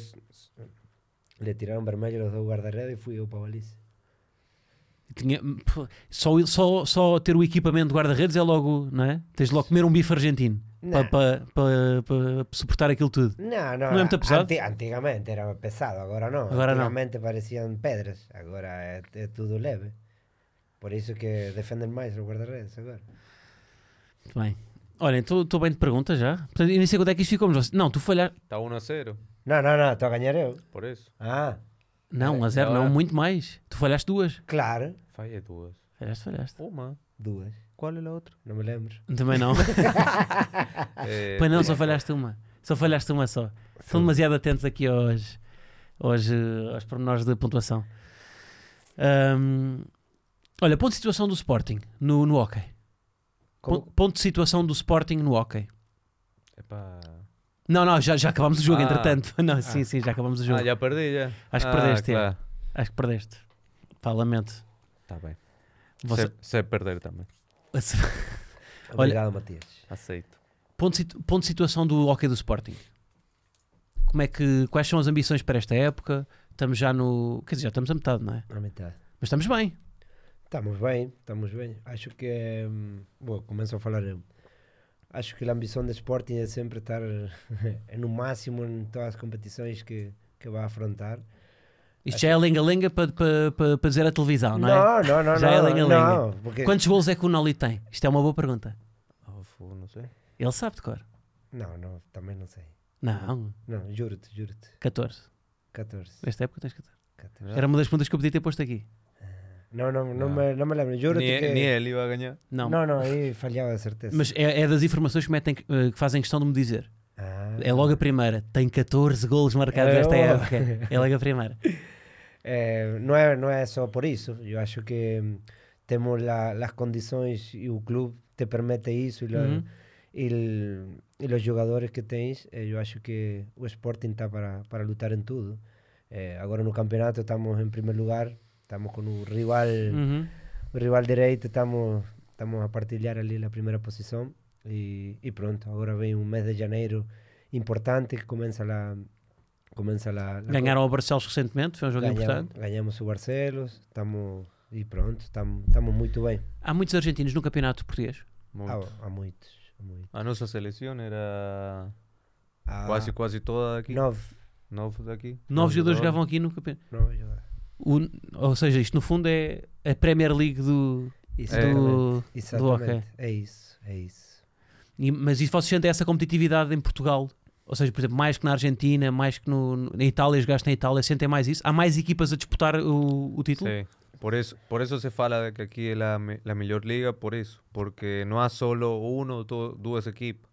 Le tiraram vermelho os dois guarda-redes e fui eu para a baliza. Tinha, pô, só, só, só ter o equipamento de guarda-redes é logo, não é? Tens de logo comer um bife argentino para Não. pa, pa, pa suportar aquilo tudo. Não, não, Não é muito pesado? anti- antigamente era pesado, agora não. Agora não. antigamente pareciam pedras, agora é, é tudo leve. Por isso que defendem mais os guarda-redes agora. Muito bem. Olha, estou bem de perguntas já. Portanto, eu nem sei quando é que isto ficou. Mas você- não, tu falhaste. Está uno a cero, Não, não, não, estou a ganhar eu. por eso. Ah, Não, um a zero, Agora- não, muito mais. Tu falhaste duas. claro, Fallé dudas. Falhaste, falhaste. Uma. duas. ¿Cuál es la otra? Não me lembro. Também não. Eh, Pois não, só falhaste uma. Só falhaste uma só. Estão demasiado atentos aqui aos, aos, eh, aos pormenores de pontuação. Ahm, olha, ponto de situação do Sporting no, no hockey. Como- Ponto, ponto de situação do Sporting no hockey. epa. Não, não, já, já acabámos o jogo, Ah. entretanto. Não, sim, Ah. sim, já acabamos o jogo. Ah, ya perdí ya. Acho que Ah, perdeste, é. claro. Acho que perdeste. Pá, lamento. Está bien. Você- Sé, sé perder también. Obrigado, Matias. Aceito. ponto, de situ- ponto de situação do hockey do Sporting. Como é que, quais são as ambições para esta época? Estamos já no... Quer dizer, já estamos a metade, não é? Na metade. Mas estamos bem. Estamos bem, estamos bem. Acho que, hum, bom, começo a falar eu. Acho que a ambição do Sporting é sempre estar no máximo em todas as competições que, que vai afrontar. Isto já é lenga-lenga para pa, pa, pa dizer a televisão, não é? Não, não, não, Já é não, lenga-lenga. não, porque... Quantos golos é que o Noli tem? Isto é uma boa pergunta. Oh, fu- no sé. Ele sabe de cor. Não, não, também não sei. Não, Não, juro-te, juro-te. catorze. catorze. Nesta época tens catorze. catorze. Era uma das perguntas que eu podia ter posto aqui. Não, não, não, Não. Me, não me lembro, juro-te Ni, que... ni él iba a ganar. Não. Não, não, aí falhava a certeza. Mas é, é das informações que, metem, eh, que fazem questão de me dizer. Ah. É logo a primeira. Tem catorze golos marcados É, esta oh. época. É logo a primeira. Eh, não, é, não é só por isso. Eu acho que hum, temos la, as condições e o clube te permite isso e, lo- Uhum. e, el- e os jogadores que tens. eh, Eu acho que o Sporting está para, para lutar em tudo. Eh, agora no campeonato estamos em primeiro lugar, estamos com o rival, Uhum. o rival direito, estamos, estamos a partilhar ali a primeira posição e, e pronto. Agora vem um mês de janeiro importante que começa a começa a, a Ganharam ao Barcelos recentemente. Foi um jogo Ganhamos, importante. ganhamos o Barcelos, estamos e pronto, estamos, estamos muito bem. Há muitos argentinos no campeonato português. Muito. Há, há muitos, há muitos. A nuestra selección era Há casi, casi toda de aquí. nove, No de aquí. Nove jogadores jogadores. jogavam aqui no campeonato. nove jogadores. O- ou seja, isto no fundo é a Premier League do, Exatamente, do, exatamente. do hockey. É isso, é isso. E, mas isso vocês sentem essa competitividade em Portugal? Ou seja, por exemplo, mais que na Argentina, mais que no, no- na Itália, jogaste na Itália, sentem mais isso? Há mais equipas a disputar o, o título? Sí, por eso, por eso se fala de que aquí es la, me- la mejor liga, por eso. Porque no hay solo uno o do- dos equipos.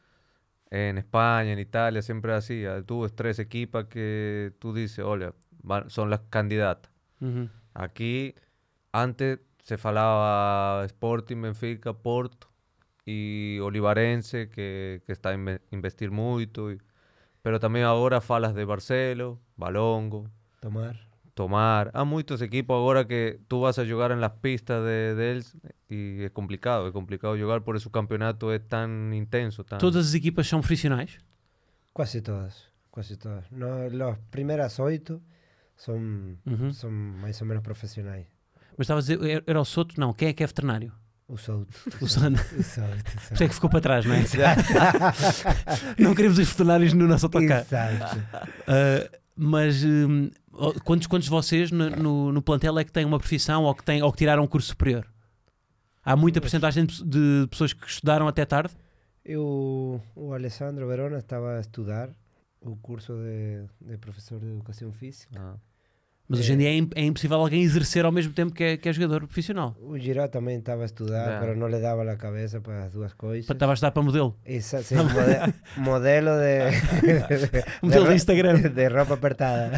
En España, en Italia, siempre es así. Hay dos, tres equipas que tú dices, oye, va- son las candidatas. Uhum. Aqui, antes se falava Sporting, Benfica, Porto e Olivarense, que, que está a inve- investir muito. E, pero também agora falas de Barcelo, Balongo, Tomar. Tomar. Há muitos equipos agora que tu vas a jogar en las pistas de, de eles e é complicado, é complicado jogar, por eso o campeonato é tão intenso. Tan... Todas as equipas são profissionais? Casi todas, casi todas. No, las primeras oito son, Uhum. son más o menos profesionales. Mas estava a dizer, era- era o Soto? Não, quem é que é veterinário? Os oito. O Soto. Os oito, os Por oito. isso é que ficou para trás, não é? Não queremos os veterinários no nosso autocarro. Exato. Uh, mas hum, oh, quantos, quantos de vocês no, no, no plantel é que têm uma profissão ou que, têm, ou que tiraram um curso superior? Há muita Pois. porcentagem de, de pessoas que estudaram até tarde? E o, o Alessandro Verona estava a estudar o curso de, de professor de educação física. Ah. Mas hoje em dia é, im- é impossível alguém exercer ao mesmo tempo que é, que é jogador profissional. O Giró também estava a estudar, Já. mas não lhe dava a cabeça para as duas coisas. Estava a estudar para modelo. Esa, sí, mode- modelo de, de, Modelo de ro- Instagram. de roupa apertada.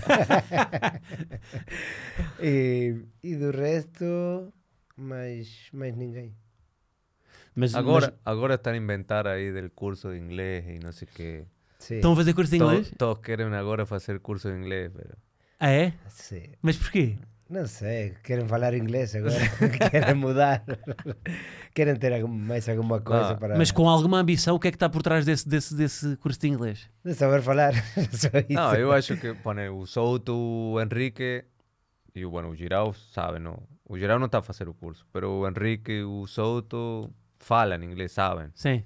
e, e do resto, mais, mais ninguém. Mas, Agora, mas agora estão a inventar aí del curso de inglês e não sei o quê. Sí, estão a fazer curso de inglês? Todos, todos querem agora fazer curso de inglês, pero... Ah, é? sí. Mas porquê? Não sei, querem falar inglês agora, querem mudar, querem ter algum- mais alguma coisa Não, para Mas com alguma ambição, o que é que está por trás desse, desse, desse curso de inglês? de saber falar. Só isso. Não, eu acho que pone, o Souto, o Henrique e o, bueno, o Girau sabem, não? O Girau não está a fazer o curso, pero o Henrique e o Souto falam inglês, sabem. Sim,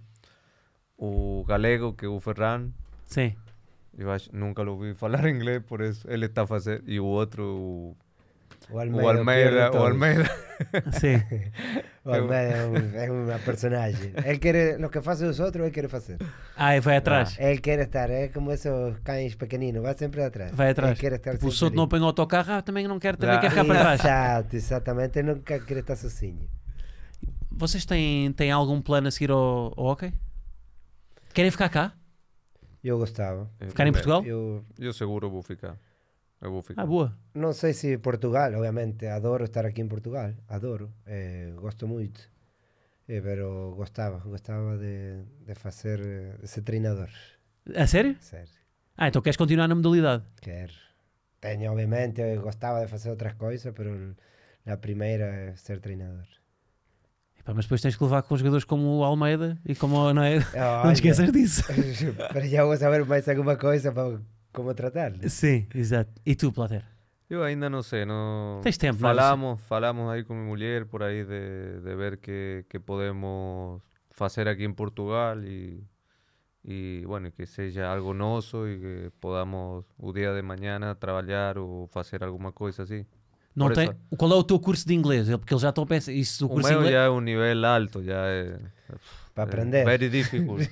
O Galego, que é o Ferran, sim. eu acho, nunca lo ouvi falar inglês, por isso ele está a fazer. E o outro, o, O o Almeida, Almeida, pior de o todos. Almeida. Sim. O Almeida é, um, é uma personagem. Ele quer, lo que fazem os outros, ele quer fazer. Ah, vai atrás. Ele quer estar, é como esses cães pequeninos, vai sempre atrás. Vai atrás. Ele quer estar Tipo, o sempre Soto não ali. apanha o autocarro, ah, também não quer, também Ah, quer ficar para trás. Exato, exatamente, ele nunca quer estar sozinho. Vocês têm, têm algum plano a seguir ao, ao hockey? Querem ficar cá? Eu gostava. Ficar em Portugal? Eu Eu seguro vou ficar. Eu vou ficar. Ah, boa. não sei se Portugal, obviamente, adoro estar aqui em Portugal, adoro, eh, gosto muito, eh, pero gostava, gostava de, de fazer, eh, de ser treinador, A sério? sério, Ah, então queres continuar na modalidade? quero. Tenho, obviamente, eu gostava de fazer outras coisas, pero a primeira é ser treinador. Epá, mas depois tens que levar com jogadores como o Almeida e como o não é? Não Olha, te esqueças disso. pero já vou saber mais alguma coisa para como tratar. Sim, exato. E tu, Plater? Eu ainda não sei, não... Tens tempo, não é? Falamos, falamos aí com minha mulher por aí de, de ver que, que podemos fazer aqui em Portugal e, e bueno, que seja algo nosso e que podamos o dia de manhã trabalhar ou fazer alguma coisa assim. Não Por tem... isso- Qual é o teu curso de inglês? Ele- Porque eles já estão a pensar. Isso, o O curso de meu inglês... já é um nível alto, já é... Para é aprender. Very difficult.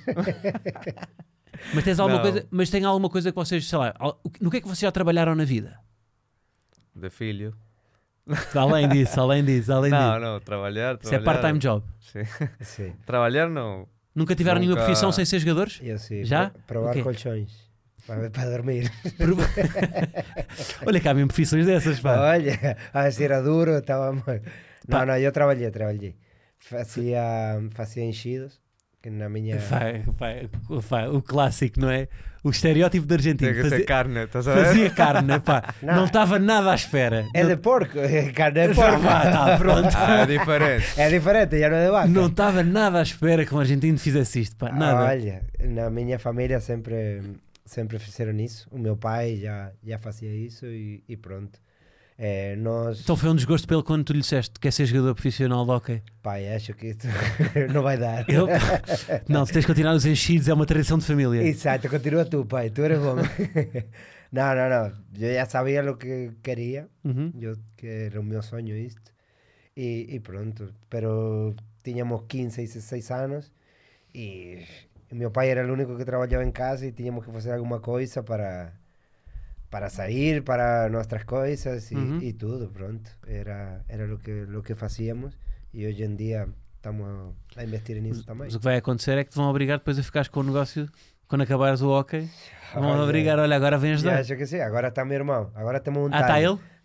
Mas tens alguma Não. coisa... Mas tem alguma coisa que vocês, sei lá, al- no que é que vocês já trabalharam na vida? De filho. Além disso, além disso, além Não, disso. não, trabalhar, Isso é trabalhar. part-time job. Sim. Sim, Trabalhar não. Nunca tiveram nenhuma Nunca- profissão sem ser jogadores? eu sim. Já? pro- Provar O quê? colchões. Para, para dormir. Prova- Olha, cá há mesmo profissões dessas, pá. Olha, a ver si era duro, estaba mal. Pa- No, no, yo trabajé, trabajé. Fazia, fazia enchidos, que na miña... Pá, pá, pá, o clássico, não é? O estereótipo de argentino. Tem que Fazia, ser carne, estás a ver? fazia carne, pá. Não. Não estava nada à espera. É Não- de porco, é carne de Já porco. vá, tá, pronto. Ah, é diferente. É diferente, já não é de vaca. Não estava nada à espera que um argentino fizesse isto, pá. Nada. Olha, na minha família sempre, sempre fizeram isso. O meu pai já, já fazia isso e, e pronto. É, nós, Então foi um desgosto pelo quando tu lhe disseste que quer ser jogador profissional de hockey. pai, acho que isto não vai dar. Ele... Não, tu tens de continuar nos enchidos, é uma tradição de família. Exato, continua tu, pai, tu eres bom. Não, não, não. Eu já sabia o que queria. Uhum. Eu, que era o meu sonho isto. E, e pronto. Pero tínhamos quinze e dezesseis anos e o meu pai era o único que trabalhava em casa e tínhamos que fazer alguma coisa para para sair, para nossas coisas e, Uhum. e tudo, pronto. Era, era o que, lo que fazíamos e hoje em dia estamos a, a investir nisso também. Mas o que vai acontecer é que te vão obrigar depois a ficares com o negócio quando acabares o hockey. Vão Olha, obrigar, olha, agora vens já dar. acho que sim, agora está meu irmão. Agora temos um Ah, está talho. ele?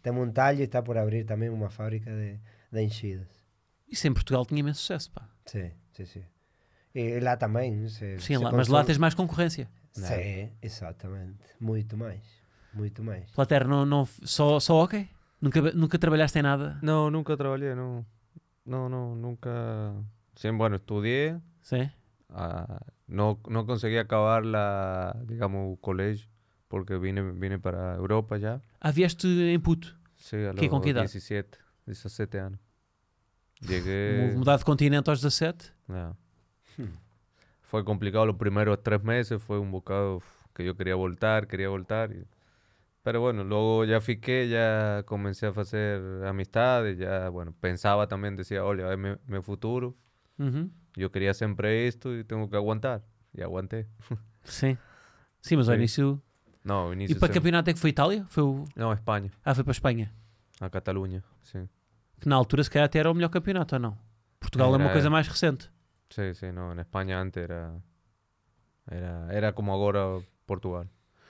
temos um talho e está por abrir também uma fábrica de, de enchidos. Isso em Portugal tinha imenso sucesso, pá. Sim, sim, sim. E lá também. Se, Sim, se lá, mas lá consome- tens mais concorrência. Sim, exatamente. Muito mais. Muito mais. Plater, não, não, só, só ok? Nunca, nunca trabalhaste em nada? No, nunca trabajé, no. No, no, nunca. Sí, bueno, estudié. Sim? ah, no, no conseguí acabar la, digamos, colegio porque vine, vine para Europa ya. Ah, vieste em puto. Sí, a ¿Qué, con los qué edad? diecisiete, diecisiete años. Llegué. Mudar de continente aos dezassete? ya. Hmm. Fue complicado los primeros tres meses, fue un bocado uf, que yo quería voltar, quería voltar. y- Pero bueno, luego ya fiqué, ya comencé a hacer amistades, ya, bueno, pensaba también, decía, olha, es mi, mi futuro, Uhum. yo quería siempre esto y tengo que aguantar. Y aguanté. Sim. Sim, mas ao Sim. início... No, E inicio para sempre- campeonato é que foi Itália? Foi o... No, España, Ah, foi para a Espanha. a Cataluña, sí. Que na altura se calhar até era o melhor campeonato, ou não? Portugal é uma Era- coisa mais recente. Sí, sí, no, en España antes era, era, era como ahora Portugal.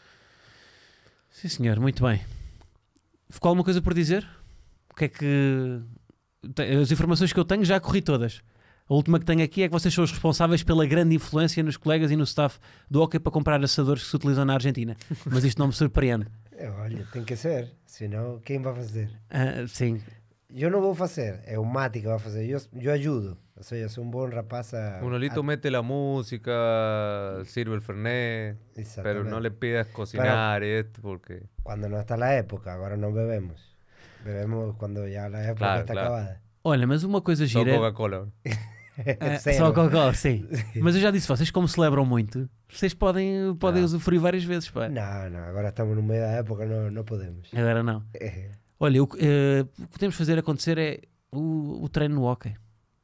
Sim, senhor, muito bem. Ficou alguma coisa por dizer? O que é que... Te- As informações que eu tenho já corri todas. A última que tenho aqui é que vocês são os responsáveis pela grande influência nos colegas e no staff do hockey para comprar assadores que se utilizam na Argentina. Mas isto não me surpreende. Eh, Olha, tem que ser. Senão, quem vai fazer? Ah, sim. Eu não vou fazer. É o Mati que vai fazer. Eu, eu ajudo. Ou seja, sou um bom rapaz a... Unolito a- mete la música, sirve el fernet, pero Exatamente. no le pidas cocinar esto porque... Cuando no está la época, agora não bebemos. Bebemos quando já a época Claro, está claro. acabada. Olha, mas uma coisa Só gira... Coca-Cola. Ah, Zero. só Coca-Cola, sim. Mas eu já disse, vocês como celebram muito, vocês podem, podem Não. usufruir várias vezes, pá. Não, não, agora estamos no meio da época, não, não podemos. Agora não. Eh, Olha, o, que- eh, o que temos de fazer acontecer é o, o treino no hockey.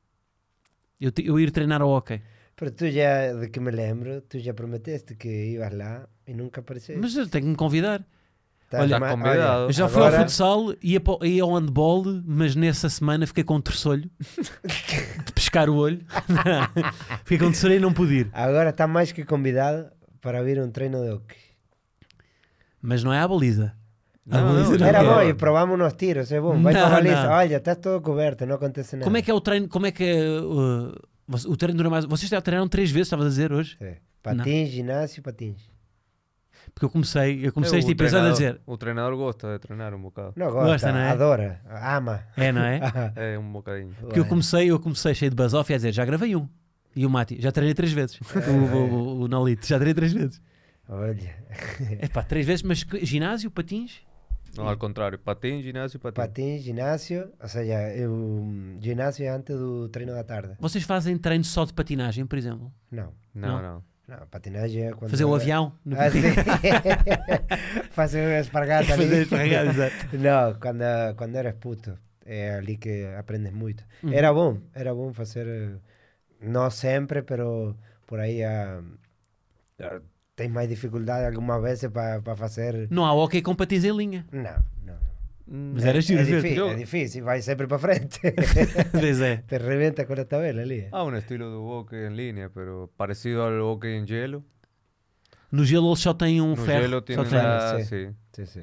Eu, te- eu ir treinar ao hockey. Pero tu já, de que me lembro, tu já prometeste que ibas lá e nunca apareceste. Mas eu tenho que me convidar. Estás olha, ma- Estás convidado. Eu já fui agora- ao futsal, ia, para, o- ia ao handball, mas nessa semana fiquei com um terçolho de pescar o olho. Fiquei com um terçolho e não pude ir. Agora está mais que convidado para vir um treino de hockey. Mas não é à baliza. Não, A baliza não, não Era é. bom e probamos uns tiros, é bom. Vai Não, para a baliza, não. olha, estás todo coberto, não acontece nada. Como é que é o treino? Como é que é, uh, o treino dura mais? Vocês já treinaram três vezes, estavas a dizer hoje? Sim. Patins, ginásio, patins. Porque eu comecei, eu comecei Eh, este o episódio a treinador- dizer. O treinador gosta de treinar un bocado. Não gosta, Gosta, não é? adora, ama. É, não é? É um bocadinho. Porque eu comecei, eu comecei cheio de buzz-off e a dizer, já gravei um. E o Mati, já treinei três vezes. O, o, o, o Nolito, já treinei três vezes. Olha, É pá, três vezes, mas que- ginásio, patins? No, al contrario. Patín, ginásio, patín. patins, ginásio, ou seja, eu, ginásio é antes do treino da tarde. Vocês fazem treino só de patinagem, por exemplo? Não, No, Não. no. não, patinagem é quando... Fazer o avião? No... Ah, sim. Fazer o espargata ali. Fazer espargata, exato. Não, quando, quando eras puto, é ali que aprendes muito. Uhum. Era bom, era bom fazer, eh, não sempre, pero por aí ah, ah, tens mais dificuldade algumas vezes para fazer... Não há hockey com patins em linha. Não, não, não. Mas era É, giro, é, ver. difícil, Eu- é difícil, vai sempre para frente. Pois é. Te rebenta com a tabela ali. Ah, un estilo de hockey en línea, pero parecido al hockey en hielo. No gelo eles só têm um No ferro. hielo Só tienen têm. la... sí. Sí. Sim, sim.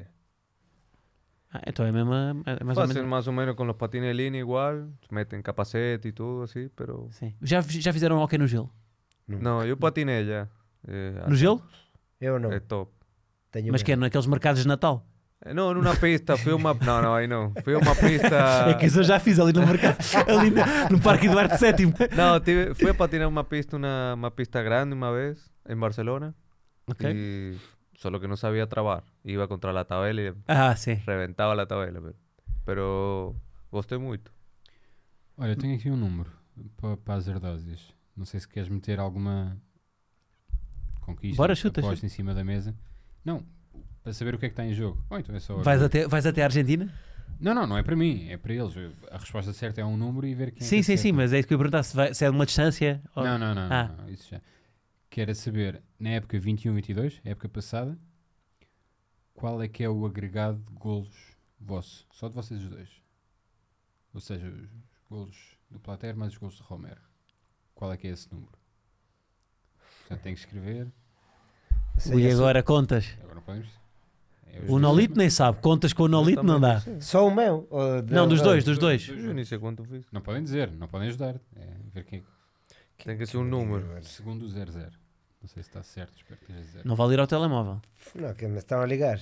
Ah, então é mesmo, é mais ou Hacen menos. más o menos con los patines en línea igual. Meten capacete y todo así, pero... Sim. Já, já fizeram hockey no gelo? Nunca. No, yo patiné ya. Eh, No gelo? Eu não, Es top. tenho Mas que é medo. naqueles mercados de Natal? Eh, No, en una pista, fui a una... No, no, ahí no. Fui a una pista... É que isso eu já fiz ali no mercado, ali no, no Parque Eduardo sétimo. No, tive- fui a patinar una pista, una, una pista grande una vez en Barcelona. Ok. Y solo que no sabía trabar. Iba contra la tabela y Ah, sim. reventaba la tabela. Pero, pero gostei muito. Olha, eu tenho aqui um número para, para as ardósias. Não sei se queres meter alguma conquista, Bora, chuta, aposta chuta. em cima da mesa. Não, para saber o que é que está em jogo. Ou então é só... Vais até, vais até a Argentina? Não, não, não é para mim, é para eles. A resposta certa é um número e ver quem é Sim, que sim, sim, acerta. mas é isso que eu ia perguntar, se, vai, se é de uma distância. ou- Não, não, não, Ah. não, não, isso já. Quero saber, na época vinte e um vinte e dois, época passada, qual é que é o agregado de golos vosso? Só de vocês os dois. Ou seja, os golos do Plater mais os golos do Romero. Qual é que é esse número? Portanto, tem que escrever. Ou seja, Ui, sou- agora contas. Agora não podemos... É os O dois. Nolito nem sabe. Contas com o Nolito não dá. Só o meu? Ou de- Não, dos dois, Dois, dos dois. dois, Eu dois. nem sei quanto fiz. Não podem dizer, não podem ajudar. É ver quem Tem que ser um número. segundo o zero zero. Não sei se está certo, espero que esteja zero. Não vale ir ao telemóvel. Não, que me estão a ligar.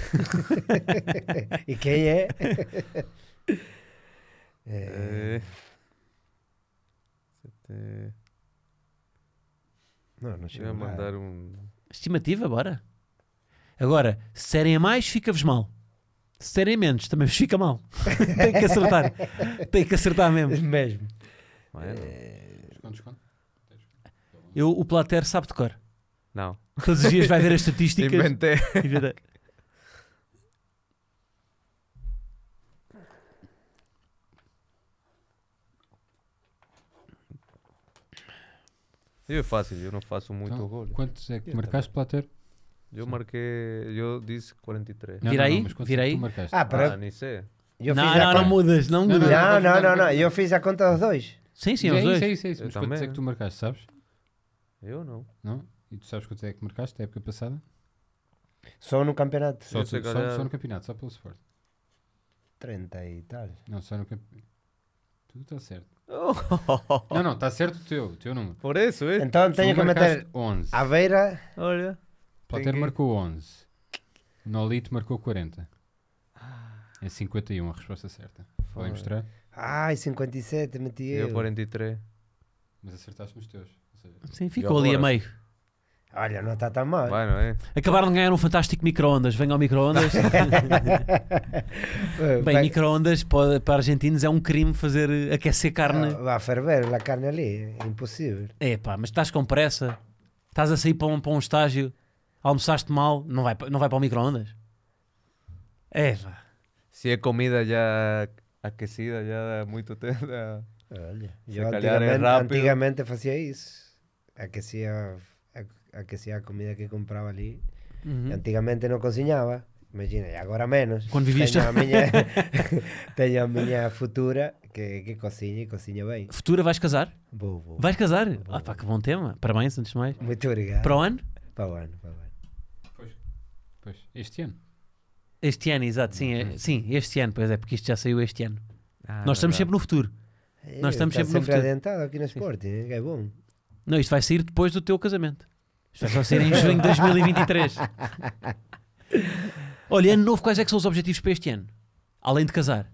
E quem é? É, Eh, sete- Não, não Voy a chegou nada. mandar um. Estimativa, bora. Agora, se serem a mais, fica-vos mal. Se serem a menos, também vos fica mal. Tem que acertar. Tem que acertar mesmo. Mesmo. Bueno, Desconto, desconto. Eu, o Plater sabe de cor. não. Todos os dias vai ver as estatísticas. Inventé. e vê- Eu é fácil, eu não faço muito Então, gol. quantos é que Eu marcaste, Plater? Eu marquei, eu disse quarenta e três. Não, Vira não, aí, não, mas quantos vira é que aí. tu marcaste? Ah, para- Ah, nem sei. Eu Não, fiz a não, não conta. mudas, não Não, mudas. Não, não, não, não. não. Eu fiz a conta dos dois. Sim, sim, é os isso, dois. é isso, é isso. Eu Mas quantos também. é que tu marcaste, sabes? Eu não. Não? E tu sabes quantos é que marcaste da época passada? Só no campeonato. Só, Eu tu- sei só, calhar- só no campeonato, só pelo Sport. trinta e tal. Não, só no campeonato. Tudo está certo. Não, não, está certo o teu, o teu número. Por isso, é? Então tenho Tu que marcaste meter onze. à beira. Olha. Plater Tem- marcou onze. O Nolito marcou quarenta. É cinquenta e um a resposta certa. Podem mostrar? Ai, cinquenta e sete, meti Eu eu. quarenta e três. Mas acertaste nos teus. Ou seja, Sim, ficou ali a agora? meio. Olha, não está tão mal. Bueno, é. Acabaram de ganhar um fantástico micro-ondas. Venham ao micro-ondas. Eh, Bem, vai- micro-ondas para, para argentinos é um crime fazer eh, aquecer carne. Ah, vai ferver a carne ali. É impossível. É pá, mas estás com pressa. Estás a sair para um, para um estágio. Almoçaste mal. Não vai, pa- não vai para o micro-ondas. É pá. Se é comida já aquecida, já há muito tempo. já- Olha, Se eu calhar é antigamente, rápido. antigamente fazia isso. Aquecia, a- aquecia a comida que comprava ali. Uhum. Antigamente não cozinhava. Imagina, e agora menos. Quando vivias tenho já- a minha, tenho a minha futura que, que cozinha e cozinha bem. Futura, vais casar? Vou, vou. Vais casar? Ah pá, que bom tema. Parabéns, antes de mais. Muito obrigado. Para o ano? Para o ano, para o ano. pois, este ano. Este ano, exato. Sim, é- sim, este ano. Pois é, porque isto já saiu este ano. Ah, Nós estamos verdade. sempre no futuro. Nós estamos Está sempre no sempre futuro. adiantado aqui no Sporting, é bom. Não, isto vai sair depois do teu casamento. Isto vai só sair em junho de dois mil e vinte e três. Olha, ano novo, quais é que são os objetivos para este ano? Além de casar.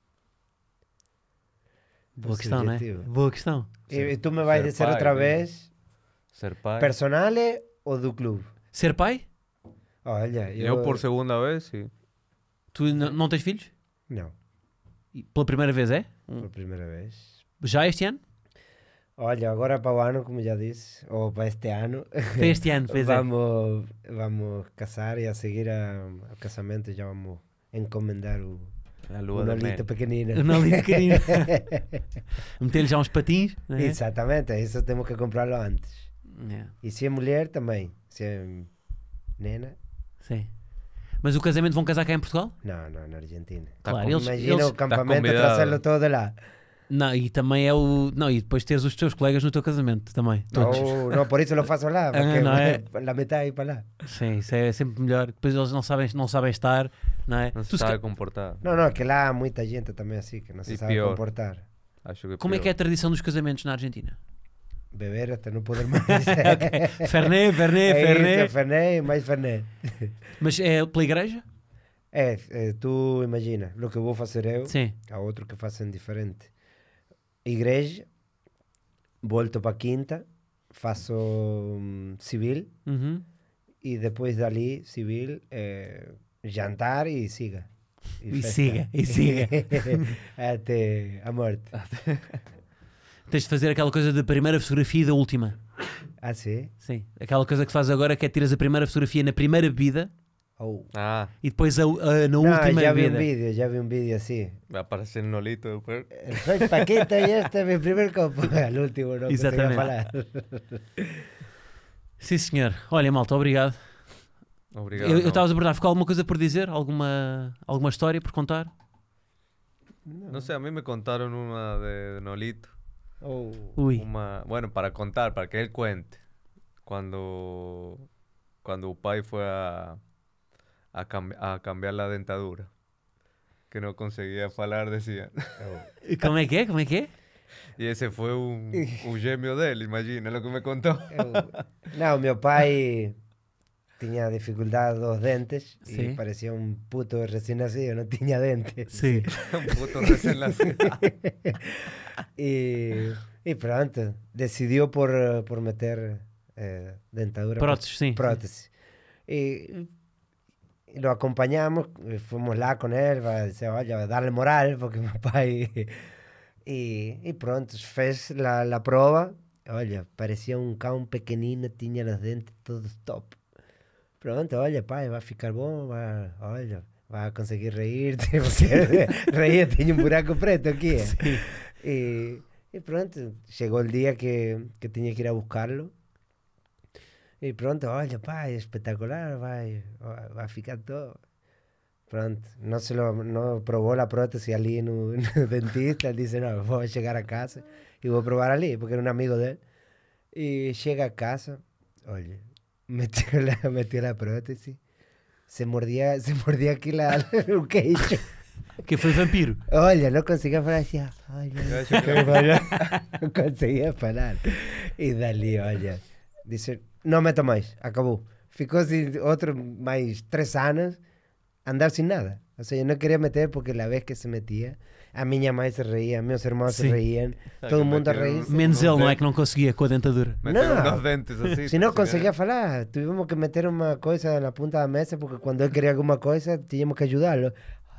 Boa Esse questão, não é? objetivo. Boa questão. E, e tu me vais Ser dizer pai, outra né? vez, Ser pai. personale ou do clube? Ser pai? Olha, eu... Eu por segunda vez, sim. Tu n- não tens filhos? Não, E pela primeira vez é? por primeira vez. Já este ano? Olha, agora para o ano, como já disse, ou para este ano, Foi este ano, pois é. vamos, vamos casar e a seguir a, ao casamento já vamos encomendar o, La o lua de nolito mel. pequenino. O Nolito pequenino. Meter-lhe já uns patins. não é? Exatamente, isso temos que comprá-lo antes. É, E se é mulher também, se é nena, sim. Mas o casamento vão casar cá em Portugal? não, não, na Argentina. Tá Claro, com- eles- Imagina o campamento, convidado. trazê-lo todo de lá. Não, e também é o. Não, e depois teres os teus colegas no teu casamento também. Todos. No, no, por isso lo faço lá, porque não é? la metade para lá. Sim, isso é sempre melhor. Depois eles não sabem, não sabem estar, não é? Não se Tu se sabe ca- comportar. Não, não, que lá há muita gente também assim, que não se E sabe pior. comportar. Acho que Como é pior. que é a tradição dos casamentos na Argentina? Beber até não poder mais. Fernet, Fernet, É Fernet. isso, Fernet, mais Fernet. Mas é pela igreja? É, é, tu imagina, o que eu vou fazer eu, Sim. há outro que fazem diferente. Igreja, volto para a quinta, faço hum, civil Uhum. e depois dali, civil, é, jantar e siga. E festa. siga, e siga. Até a morte. Tens de fazer aquela coisa da primeira fotografia e da última. Ah, sim? Sim. Aquela coisa que fazes agora que é tiras a primeira fotografia na primeira bebida Oh. Ah, e depois a, a- na Não, última já vi um bebida. vídeo, já vi um vídeo assim. va a aparecer Nolito después. Soy Paquito y este es mi primer copo. Al último no conseguía Exatamente. falar. Sim, senhor. Olha, malta, obrigado. Obrigado. Eu no. estava a perguntar, ficou alguma coisa por dizer? Alguma, alguma história por contar? No sé, a mí me contaron una de, de Nolito. Oh. Ui. Uma, bueno, para contar, para que él cuente. Cuando, cuando o pai fue a, a, cam- a cambiar la dentadura. Que no conseguía falar, decían. Como é que é? Como é que é? Y ese fue un, un gemio de él, imagina lo que me contó. Eu- Não, meu pai tinha dificuldade dos dentes Sim. e parecia um puto recém-nascido, não tinha dentes. Sim. Un puto recién nacido. E, e pronto, decidiu por, eh, por meter eh, dentadura. Próteses, sim. Prótese. E, e lo acompanhamos, e fomos lá com ele, para dizer, olha, darle moral, porque meu pai... E, e pronto, fez la, la prova. Olha, parecia um cão pequenino, tinha os dentes todos top. Pronto, olha, pai, vai ficar bom, vai, olha, vai conseguir reír. Porque reír, tinha um buraco preto aqui. E, e pronto, chegou o dia que, que tinha que ir a buscarlo. E pronto, olha, pai, espetacular, vai, vai ficar todo. Pronto, no se lo no probó la prótesis ali no, no dentista. Él dice, no, voy a llegar a casa y voy a probar ali, porque era un amigo de él. Y llega a casa, oye, metió la, metió la prótesis, se mordía, se mordía aquí la, el queixo. Que foi vampiro. Olha, no conseguía hablar, decía, oye, no conseguía hablar. Y dali, olha, dice, no meto mais, acabou. Ficou assim outro mais três anos andar sin nada. O sea, yo no quería meter porque la vez que se metía, a minha mãe se reía, meus irmãos Sim. se reían, todo el mundo a reírse. Menos ele, não é? Que não conseguia com a dentadura. Meter No. unos dentes así. Si no así, conseguía ¿eh? falar, tuvimos que meter uma coisa na punta da mesa porque quando ele queria alguma coisa, tínhamos que ajudá-lo.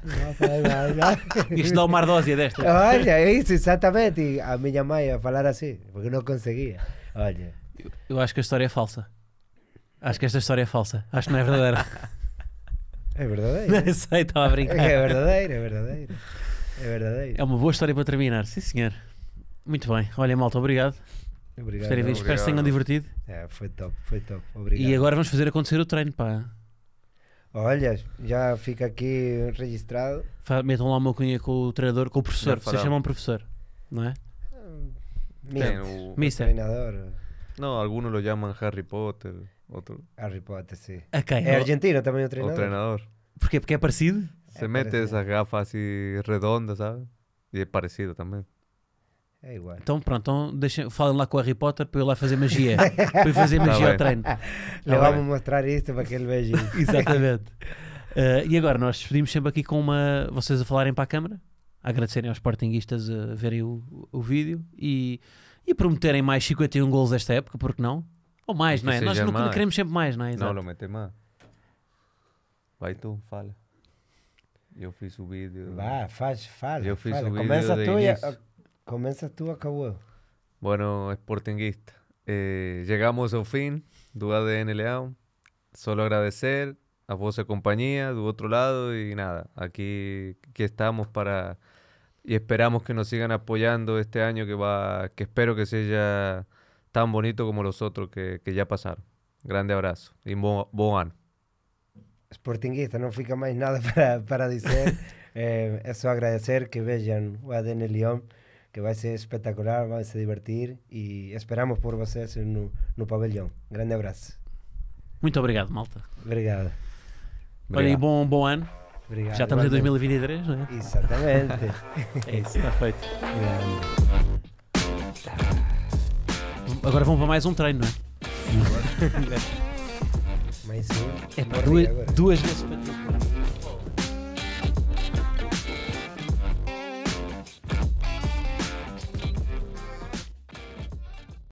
Isto dá uma ardósia desta. Olha, é isso, exatamente. E a minha mãe a falar assim, porque não conseguia. Olha. Eu acho que a história é falsa. Acho que esta história é falsa. Acho que não é verdadeira. É verdadeiro. Não sei, estava a brincar. É verdadeiro, é verdadeiro. É verdadeiro. É uma boa história para terminar, sim senhor. Muito bem. Olha, malta, obrigado por Obrigado. terem vindo. Espero que se tenham divertido. É, foi top, foi top. Obrigado. E agora vamos fazer acontecer o treino, pá. Olha, já fica aqui registrado. Fa- Metam lá uma cunha com o treinador, com o professor. Já Vocês farão. chamam professor, não é? Mister, o- Mister. treinador. No, algunos lo llaman Harry Potter, otro Harry Potter, sim. Ok. É argentino também o o treinador. entrenador. Porquê? Porque é parecido? Se É mete parecido. esas gafas así redondas, ¿sabes? Y es parecido también. É igual. Então pronto, então deixem, falem lá com o Harry Potter para eu ir lá fazer magia. para eu fazer magia bem. ao treino. Le Tá vamos bem. mostrar isto para que ele veja isso. Exatamente. Uh, e agora nós despedimos sempre aqui com uma. Vocês a falarem para a câmara, a agradecerem aos sportinguistas a verem o, o vídeo e, e prometerem mais cinquenta e um golos esta época, porque não? Ou mais, Que não é? Nós seja não, mais. queremos sempre mais, não é? No, Exato. lo mete más. Vai tú, fala. Yo fiz o vídeo. Vá, faz, fala. Eu fiz fala. o vídeo Começa de tu e início. a- começa tu, acabou. Bueno, Sportinguista, eh, llegamos ao fin do A D N Leão. Solo agradecer a vossa compañía do outro lado y nada, aquí, aquí estamos para y esperamos que nos sigan apoyando este año que va, que espero que sea tan bonito como los otros que, que ya pasaron. Grande abrazo y bom, bom ano. Sportinguista, não fica mais nada para, para dizer. é, é só agradecer que vejam o A D N Leão, que vai ser espetacular, vai se divertir e esperamos por vocês no, no pavilhão. Grande abraço. Muito obrigado, malta. Obrigado. Olha, e Obrigado. bom, bom ano. Obrigado. Já estamos em igualmente. dois mil e vinte e três, não é? Exatamente. É isso, está feito. Grande. Agora vamos para mais um treino, não é? Mais um. É pá, Morri duas, agora. duas vezes para tu.